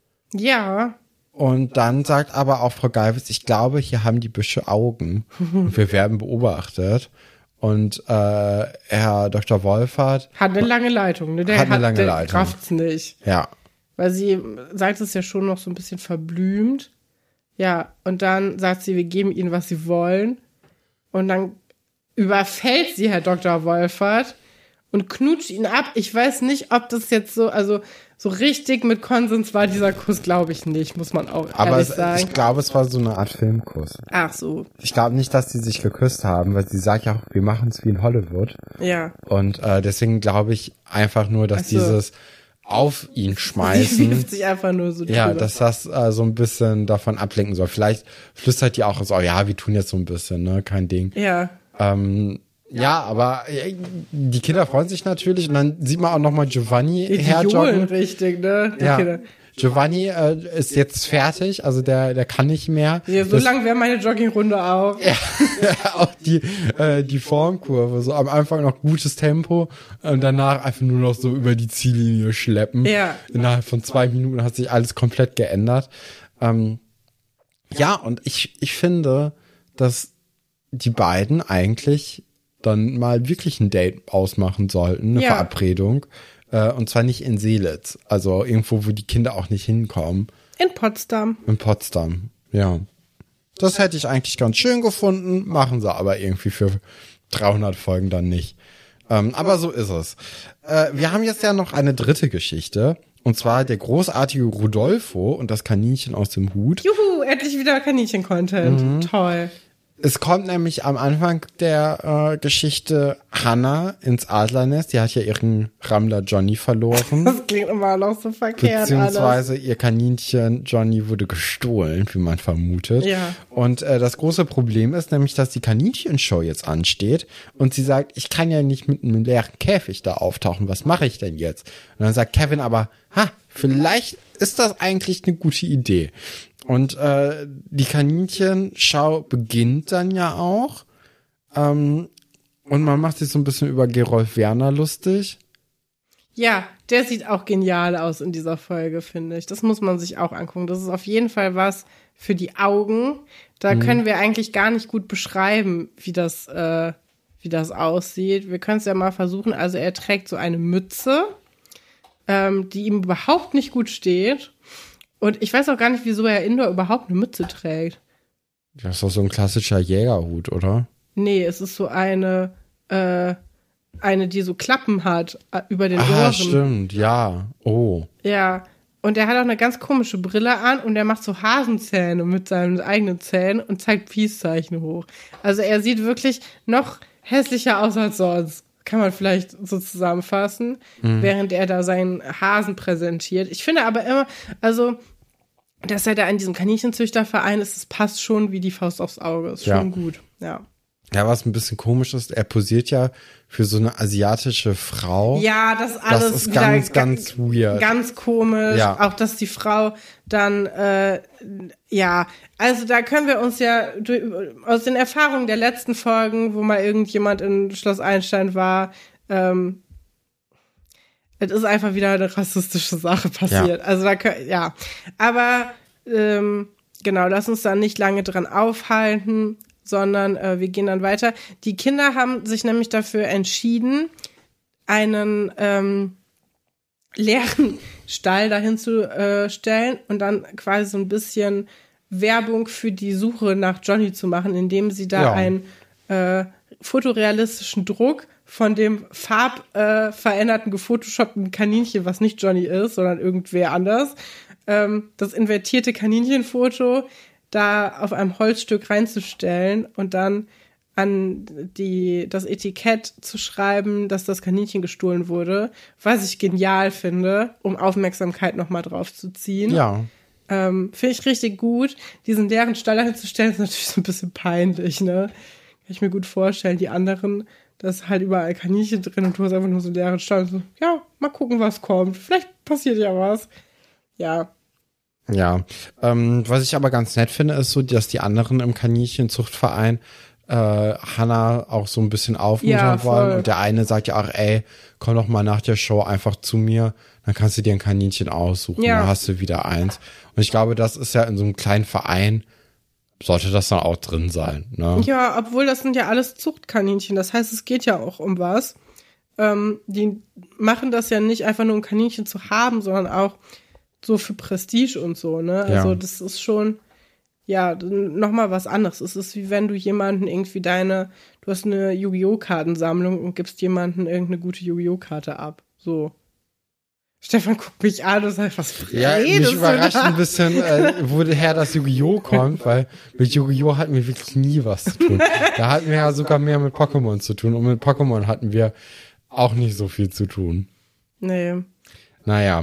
Ja, Und dann sagt aber auch Frau Gallwitz, ich glaube, hier haben die Büsche Augen und wir werden beobachtet. Und äh, Herr Doktor Wolfert, hat eine lange Leitung, ne? Der Hat eine lange der Leitung. rafft's nicht. ja, Weil sie sagt es ja schon noch so ein bisschen verblümt. Ja, und dann sagt sie, wir geben ihnen, was sie wollen. Und dann überfällt sie Herr Doktor Wolfert und knutscht ihn ab. Ich weiß nicht, ob das jetzt so, also so richtig mit Konsens war dieser Kuss, glaube ich nicht, muss man auch aber ehrlich es, sagen. ich glaube, es war so eine Art Filmkuss. Ach so, Ich glaube nicht, dass die sich geküsst haben, weil sie sagt ja auch, wir machen es wie in Hollywood. ja. Und äh, deswegen glaube ich einfach nur, dass Ach so. dieses auf ihn Sie schmeißen, wirft sich einfach nur so ja, drüber. dass das äh, so ein bisschen davon ablenken soll. Vielleicht flüstert die auch so, ja, wir tun jetzt so ein bisschen, ne, kein Ding. Ja, Ähm, ja, aber äh, die Kinder freuen sich natürlich und dann sieht man auch nochmal Giovanni die Johlen herjoggen. richtig, ne? Die Ja. Kinder. Giovanni äh, ist jetzt fertig, also der der kann nicht mehr. Ja, so Das- lang wäre meine Joggingrunde auch. Ja, auch die, äh, die Formkurve, so am Anfang noch gutes Tempo und danach einfach nur noch so über die Ziellinie schleppen. Ja. Innerhalb von zwei Minuten hat sich alles komplett geändert. Ähm, ja, und ich, ich finde, dass die beiden eigentlich dann mal wirklich ein Date ausmachen sollten, eine Ja. Verabredung. Äh, und zwar nicht in Seelitz, also irgendwo, wo die Kinder auch nicht hinkommen. In Potsdam. In Potsdam, ja. das hätte ich eigentlich ganz schön gefunden, machen sie aber irgendwie für dreihundert Folgen dann nicht. Ähm, aber so ist es. Äh, wir haben jetzt ja noch eine dritte Geschichte. Und zwar der großartige Rudolfo und das Kaninchen aus dem Hut. Juhu, endlich wieder Kaninchen-Content. Mhm. Toll. Es kommt nämlich am Anfang der äh, Geschichte Hannah ins Adlernest. Die hat ja ihren Rammler Johnny verloren. Das klingt immer noch so verkehrt. Beziehungsweise alles. Ihr Kaninchen Johnny wurde gestohlen, wie man vermutet. Ja. Und äh, das große Problem ist nämlich, dass die Kaninchenshow jetzt ansteht. Und sie sagt, ich kann ja nicht mit einem leeren Käfig da auftauchen. Was mache ich denn jetzt? Und dann sagt Kevin aber, ha, vielleicht ist das eigentlich eine gute Idee. Und äh, die Kaninchenschau beginnt dann ja auch. Ähm, und man macht sich so ein bisschen über Gerolf Werner lustig. Ja, der sieht auch genial aus in dieser Folge, finde ich. Das muss man sich auch angucken. Das ist auf jeden Fall was für die Augen. Da mhm. können wir eigentlich gar nicht gut beschreiben, wie das, äh, wie das aussieht. Wir können es ja mal versuchen. Also er trägt so eine Mütze, ähm, die ihm überhaupt nicht gut steht. Und ich weiß auch gar nicht, wieso er Indoor überhaupt eine Mütze trägt. Das ist doch so ein klassischer Jägerhut, oder? Nee, es ist so eine, äh, eine, die so Klappen hat äh, über den ah, Ohren. Ah, stimmt, ja. Oh. Ja, und er hat auch eine ganz komische Brille an und er macht so Hasenzähne mit seinen eigenen Zähnen und zeigt Peace-Zeichen hoch. Also er sieht wirklich noch hässlicher aus als sonst. Kann man vielleicht so zusammenfassen, mhm. während er da seinen Hasen präsentiert. Ich finde aber immer, also, dass er da in diesem Kaninchenzüchterverein ist, das passt schon wie die Faust aufs Auge. Ist ja. schon gut, ja. Ja, was ein bisschen komisch ist, er posiert ja für so eine asiatische Frau. Ja, das alles das ist ganz, ganz weird. Ganz komisch. Ja. Auch, dass die Frau dann, äh, ja, also da können wir uns ja durch, aus den Erfahrungen der letzten Folgen, wo mal irgendjemand in Schloss Einstein war, ähm, es ist einfach wieder eine rassistische Sache passiert. Ja. Also da können, ja. Aber, ähm, genau, lass uns da nicht lange dran aufhalten, sondern äh, wir gehen dann weiter. Die Kinder haben sich nämlich dafür entschieden, einen ähm, leeren Stall dahin zu äh, stellen und dann quasi so ein bisschen Werbung für die Suche nach Johnny zu machen, indem sie da ja. einen äh, fotorealistischen Druck von dem farbveränderten, äh, gefotoshoppten Kaninchen, was nicht Johnny ist, sondern irgendwer anders, ähm, das invertierte Kaninchenfoto da auf einem Holzstück reinzustellen und dann an die das Etikett zu schreiben, dass das Kaninchen gestohlen wurde, was ich genial finde, um Aufmerksamkeit nochmal drauf zu ziehen. Ja. Ähm, finde ich richtig gut. Diesen leeren Stall hinzustellen, ist natürlich so ein bisschen peinlich, ne? Kann ich mir gut vorstellen. Die anderen, da ist halt überall Kaninchen drin und du hast einfach nur so einen leeren Stall. Und so, ja, mal gucken, was kommt. Vielleicht passiert ja was. Ja. Ja, ähm, was ich aber ganz nett finde, ist so, dass die anderen im Kaninchenzuchtverein äh, Hannah auch so ein bisschen aufmuntern ja, wollen. Und der eine sagt ja auch, ey, komm doch mal nach der Show einfach zu mir, dann kannst du dir ein Kaninchen aussuchen, ja. Dann hast du wieder eins. Und ich glaube, das ist ja in so einem kleinen Verein, sollte das dann auch drin sein. Ne? Ja, obwohl das sind ja alles Zuchtkaninchen, das heißt, es geht ja auch um was. Ähm, die machen das ja nicht einfach nur, um Kaninchen zu haben, sondern auch so für Prestige und so, ne? Also ja. Das ist schon, ja, nochmal was anderes. Es ist wie wenn du jemanden irgendwie deine, du hast eine Yu-Gi-Oh! Kartensammlung und gibst jemanden irgendeine gute Yu-Gi-Oh! Karte ab. So. Stefan guckt mich an und sagt, was Ja, mich überrascht ein bisschen, äh, woher das Yu-Gi-Oh! Kommt, weil mit Yu-Gi-Oh! hatten wir wirklich nie was zu tun. Da hatten wir ja sogar mehr mit Pokémon zu tun und mit Pokémon hatten wir auch nicht so viel zu tun. Nee. Naja.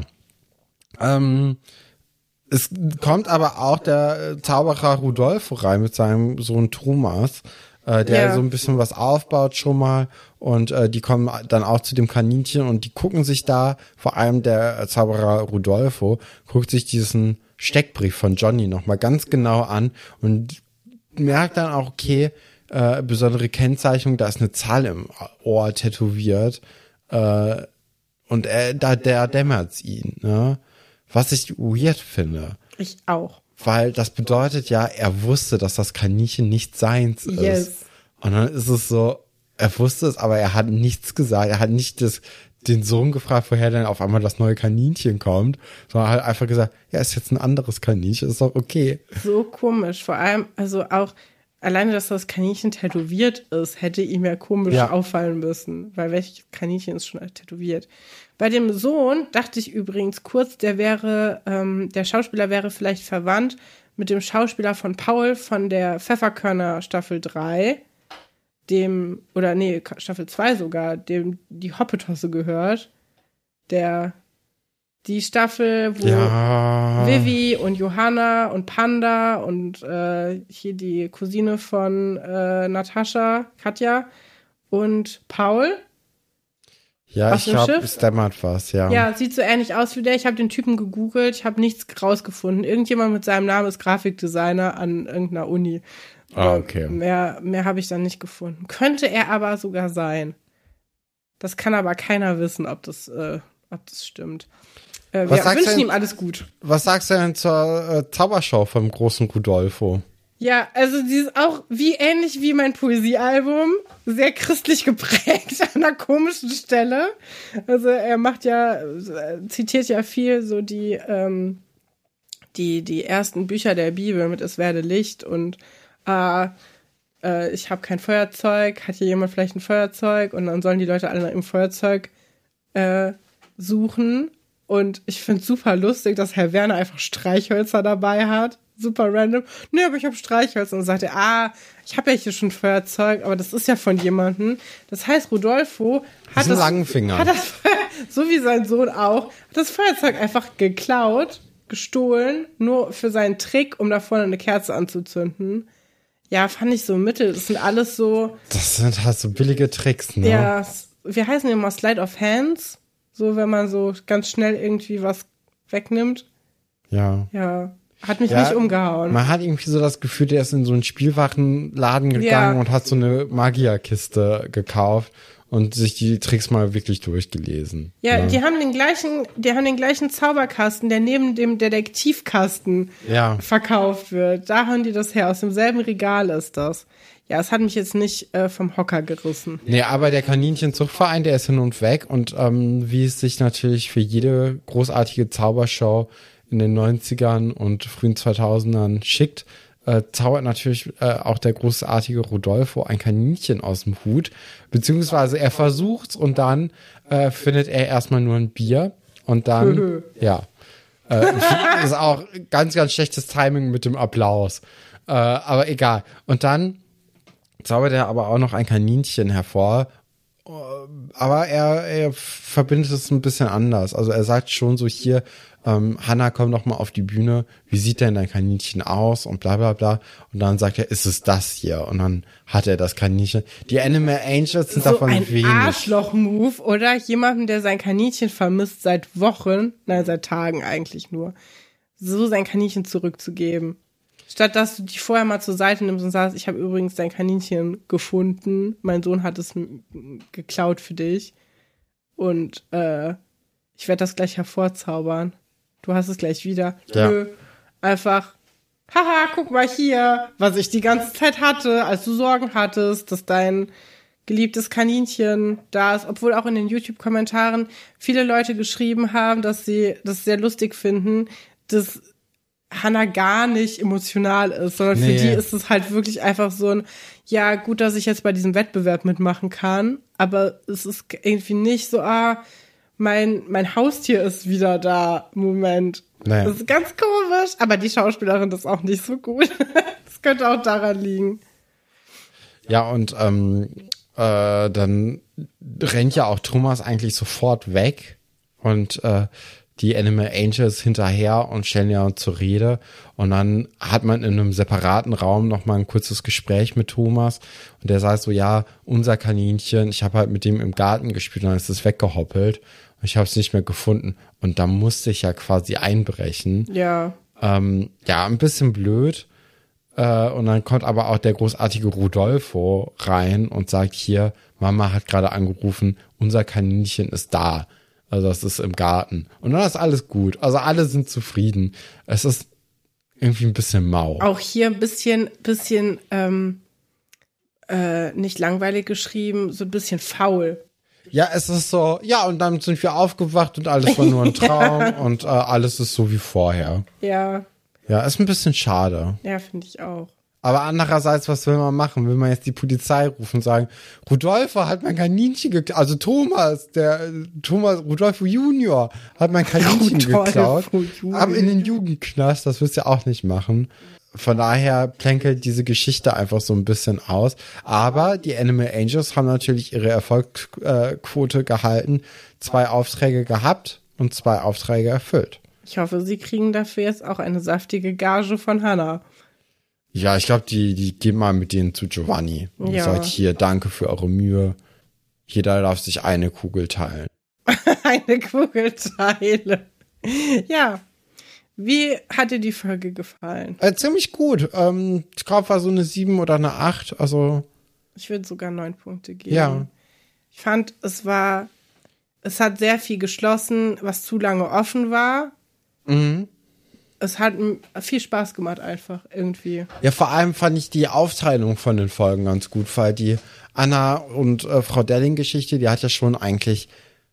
Ähm, es kommt aber auch der Zauberer Rudolfo rein mit seinem Sohn Thomas, äh, der ja. so ein bisschen was aufbaut schon mal und äh, die kommen dann auch zu dem Kaninchen und die gucken sich da, vor allem der Zauberer Rudolfo, guckt sich diesen Steckbrief von Johnny nochmal ganz genau an und merkt dann auch, okay, äh, besondere Kennzeichnung, da ist eine Zahl im Ohr tätowiert äh, und er, da der dämmert's ihn, ne? Was ich weird finde. Ich auch. Weil das bedeutet ja, er wusste, dass das Kaninchen nicht seins ist. Yes. Und dann ist es so, er wusste es, aber er hat nichts gesagt. Er hat nicht das, den Sohn gefragt, woher denn auf einmal das neue Kaninchen kommt, sondern halt einfach gesagt, ja, ist jetzt ein anderes Kaninchen, ist doch okay. So komisch, vor allem, also auch alleine, dass das Kaninchen tätowiert ist, hätte ihm ja komisch ja. auffallen müssen, weil welches Kaninchen ist schon tätowiert. Bei dem Sohn dachte ich übrigens kurz, der wäre, ähm, der Schauspieler wäre vielleicht verwandt mit dem Schauspieler von Paul von der Pfefferkörner Staffel drei, dem, oder nee, Staffel zwei sogar, dem die Hoppetosse gehört. Der, die Staffel, wo ja. Vivi und Johanna und Panda und äh, hier die Cousine von äh, Natascha, Katja und Paul. Ja, ich glaube, es dämmert was, ja. Ja, sieht so ähnlich aus wie der. Ich habe den Typen gegoogelt, ich habe nichts rausgefunden. Irgendjemand mit seinem Namen ist Grafikdesigner an irgendeiner Uni. Ah, okay. Mehr, mehr habe ich dann nicht gefunden. Könnte er aber sogar sein. Das kann aber keiner wissen, ob das, äh, ob das stimmt. Äh, wir wünschen denn, ihm alles gut. Was sagst du denn zur äh, Zaubershow vom großen Rudolfo? Ja, also die ist auch wie ähnlich wie mein Poesiealbum, sehr christlich geprägt an einer komischen Stelle. Also er macht ja, zitiert ja viel so die, ähm, die, die ersten Bücher der Bibel mit Es werde Licht und äh, äh, ich habe kein Feuerzeug, hat hier jemand vielleicht ein Feuerzeug? Und dann sollen die Leute alle nach dem Feuerzeug äh, suchen. Und ich finde es super lustig, dass Herr Werner einfach Streichhölzer dabei hat. Super random. Nee, aber ich habe Streichhölzer. Und dann sagt er, ah, ich habe ja hier schon Feuerzeug, aber das ist ja von jemandem. Das heißt, Rodolfo hat das, Langfinger. hat das, so wie sein Sohn auch, hat das Feuerzeug einfach geklaut, gestohlen, nur für seinen Trick, um da vorne eine Kerze anzuzünden. Ja, fand ich so mittel. Das sind alles so... Das sind halt so billige Tricks, ne? Ja, wie heißen die immer? Slide of Hands? So, wenn man so ganz schnell irgendwie was wegnimmt. Ja. Ja. Hat mich ja, nicht umgehauen. Man hat irgendwie so das Gefühl, der ist in so einen Spielwarenladen gegangen ja. und hat so eine Magierkiste gekauft und sich die Tricks mal wirklich durchgelesen. Ja, ja, die haben den gleichen, die haben den gleichen Zauberkasten, der neben dem Detektivkasten ja. verkauft wird. Da haben die das her. Aus demselben Regal ist das. Ja, es hat mich jetzt nicht äh, vom Hocker gerissen. Nee, aber der Kaninchenzuchtverein, der ist hin und weg. Und ähm, wie es sich natürlich für jede großartige Zaubershow in den neunzigern und frühen zweitausendern schickt, äh, zaubert natürlich äh, auch der großartige Rodolfo ein Kaninchen aus dem Hut. Beziehungsweise er versucht's und dann äh, findet er erstmal nur ein Bier. Und dann, ja, äh, ist auch ganz, ganz schlechtes Timing mit dem Applaus. Äh, aber egal. Und dann zaubert er aber auch noch ein Kaninchen hervor. Aber er, er verbindet es ein bisschen anders. Also er sagt schon so hier, ähm, Hannah, komm doch mal auf die Bühne. Wie sieht denn dein Kaninchen aus? Und bla bla bla. Und dann sagt er, ist es das hier? Und dann hat er das Kaninchen. Die Animal Angels sind so davon ein wenig. Arschloch-Move, oder? Jemanden, der sein Kaninchen vermisst seit Wochen, nein, seit Tagen eigentlich nur, so sein Kaninchen zurückzugeben. Statt dass du dich vorher mal zur Seite nimmst und sagst, ich habe übrigens dein Kaninchen gefunden, mein Sohn hat es m- geklaut für dich und äh, ich werde das gleich hervorzaubern. Du hast es gleich wieder. Ja. Nö, einfach, haha, guck mal hier, was ich die ganze Zeit hatte, als du Sorgen hattest, dass dein geliebtes Kaninchen da ist, obwohl auch in den YouTube-Kommentaren viele Leute geschrieben haben, dass sie das sehr lustig finden, dass Hannah gar nicht emotional ist, sondern nee. Für die ist es halt wirklich einfach so ein, ja, gut, dass ich jetzt bei diesem Wettbewerb mitmachen kann, aber es ist irgendwie nicht so, ah, mein, mein Haustier ist wieder da, Moment. Naja. Das ist ganz komisch, aber die Schauspielerin ist auch nicht so gut. Das könnte auch daran liegen. Ja, und ähm, äh, dann rennt ja auch Thomas eigentlich sofort weg und äh, die Animal Angels hinterher und stellen ja zur Rede. Und dann hat man in einem separaten Raum noch mal ein kurzes Gespräch mit Thomas. Und der sagt so, ja, unser Kaninchen, ich habe halt mit dem im Garten gespielt und dann ist es weggehoppelt. Und ich habe es nicht mehr gefunden. Und da musste ich ja quasi einbrechen. Ja. Ähm, ja, ein bisschen blöd. Äh, und dann kommt aber auch der großartige Rodolfo rein und sagt hier, Mama hat gerade angerufen, unser Kaninchen ist da. Also das ist im Garten. Und dann ist alles gut. Also alle sind zufrieden. Es ist irgendwie ein bisschen mau. Auch hier ein bisschen, bisschen ähm, äh, nicht langweilig geschrieben, so ein bisschen faul. Ja, es ist so, ja, und dann sind wir aufgewacht und alles war nur ein Traum und äh, alles ist so wie vorher. Ja. Ja, ist ein bisschen schade. Ja, finde ich auch. Aber andererseits, was will man machen? Will man jetzt die Polizei rufen und sagen, Rudolfo hat mein Kaninchen geklaut, also Thomas, der Thomas, Rudolfo Junior hat mein Kaninchen geklaut, ab in den Jugendknast, das willst du ja auch nicht machen. Von daher plänkelt diese Geschichte einfach so ein bisschen aus. Aber die Animal Angels haben natürlich ihre Erfolgsquote gehalten, zwei Aufträge gehabt und zwei Aufträge erfüllt. Ich hoffe, sie kriegen dafür jetzt auch eine saftige Gage von Hannah. Ja, ich glaube, die, die gehen mal mit denen zu Giovanni und Ja. sagt, hier, danke für eure Mühe. Jeder darf sich eine Kugel teilen. Eine Kugel teile. Ja. Wie hat dir die Folge gefallen? Äh, ziemlich gut. Ähm, ich glaube, war so eine sieben oder eine acht. Also, Ich würde sogar neun Punkte geben. ja. Ich fand, es war, es hat sehr viel geschlossen, was zu lange offen war. Mhm. Es hat m- viel Spaß gemacht einfach irgendwie. Ja, vor allem fand ich die Aufteilung von den Folgen ganz gut, weil die Anna und äh, Frau Delling-Geschichte, die hat ja schon eigentlich,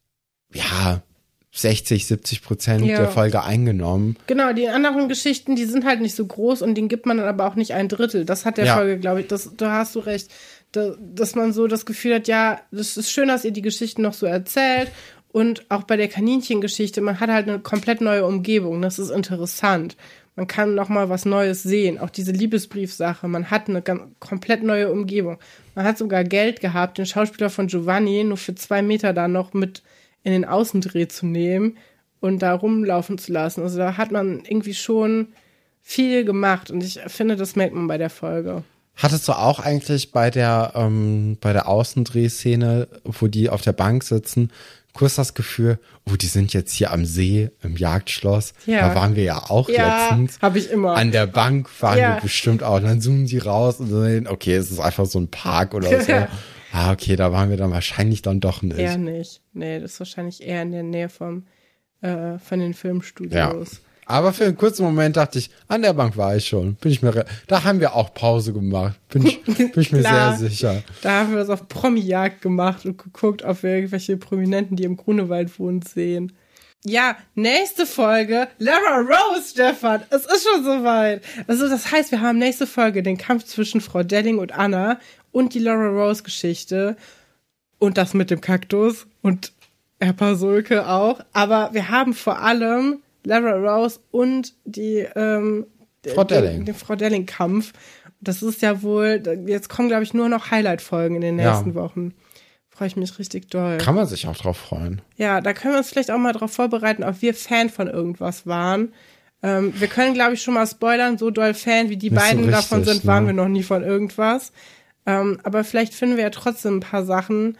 ja, sechzig, siebzig Prozent Ja. der Folge eingenommen. Genau, die anderen Geschichten, die sind halt nicht so groß und denen gibt man dann aber auch nicht ein Drittel. Das hat der Ja. Folge, glaube ich, das, da hast du recht, da, dass man so das Gefühl hat, ja, das ist schön, dass ihr die Geschichten noch so erzählt. Und auch bei der Kaninchengeschichte, man hat halt eine komplett neue Umgebung. Das ist interessant. Man kann noch mal was Neues sehen. Auch diese Liebesbriefsache, man hat eine ganz, komplett neue Umgebung. Man hat sogar Geld gehabt, den Schauspieler von Giovanni nur für zwei Meter da noch mit in den Außendreh zu nehmen und da rumlaufen zu lassen. Also da hat man irgendwie schon viel gemacht. Und ich finde, das merkt man bei der Folge. Hattest du auch eigentlich bei der, ähm, bei der Außendrehszene, wo die auf der Bank sitzen, kurz das Gefühl, oh, die sind jetzt hier am See, im Jagdschloss. Ja. Da waren wir ja auch Ja, letztens. habe ich immer. An der Bank waren Ja. wir bestimmt auch. Und dann zoomen die raus und sehen, okay, es ist einfach so ein Park oder so. Ah, okay, da waren wir dann wahrscheinlich dann doch nicht. Eher nicht. Nee, das ist wahrscheinlich eher in der Nähe vom, äh, von den Ja. Filmstudios. Aber für einen kurzen Moment dachte ich, an der Bank war ich schon. Bin ich mir, re- da haben wir auch Pause gemacht. Bin ich, bin ich mir Klar. sehr sicher. Da haben wir das auf Promi-Jagd gemacht und geguckt, ob wir irgendwelche Prominenten, die im Grunewald wohnen, sehen. Ja, nächste Folge, Lara Rose, Stefan. Es ist schon soweit. Also das heißt, wir haben nächste Folge den Kampf zwischen Frau Delling und Anna und die Lara Rose Geschichte und das mit dem Kaktus und Herr Pasulke auch. Aber wir haben vor allem Lara Rose und die ähm, Frau Delling. Den, den Frau Delling Kampf. Das ist ja wohl, jetzt kommen glaube ich nur noch Highlight-Folgen in den Ja. nächsten Wochen. Freue ich mich richtig doll. Kann man sich auch drauf freuen. Ja, da können wir uns vielleicht auch mal drauf vorbereiten, ob wir Fan von irgendwas waren. Ähm, wir können, glaube ich, schon mal spoilern, so doll Fan, wie die Nicht so beiden davon richtig, sind, waren ne? wir noch nie von irgendwas. Ähm, aber vielleicht finden wir ja trotzdem ein paar Sachen,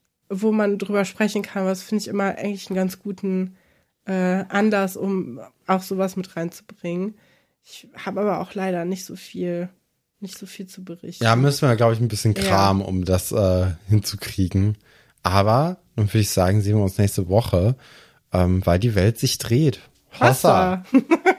wo man drüber sprechen kann. Was finde ich immer eigentlich einen ganz guten äh, Anlass, um auch sowas mit reinzubringen. Ich habe aber auch leider nicht so viel, nicht so viel zu berichten. Ja, müssen wir, glaube ich, ein bisschen Ja. Kram, um das äh, hinzukriegen. Aber, dann würde ich sagen, sehen wir uns nächste Woche, ähm, weil die Welt sich dreht. Hossa. Wasser.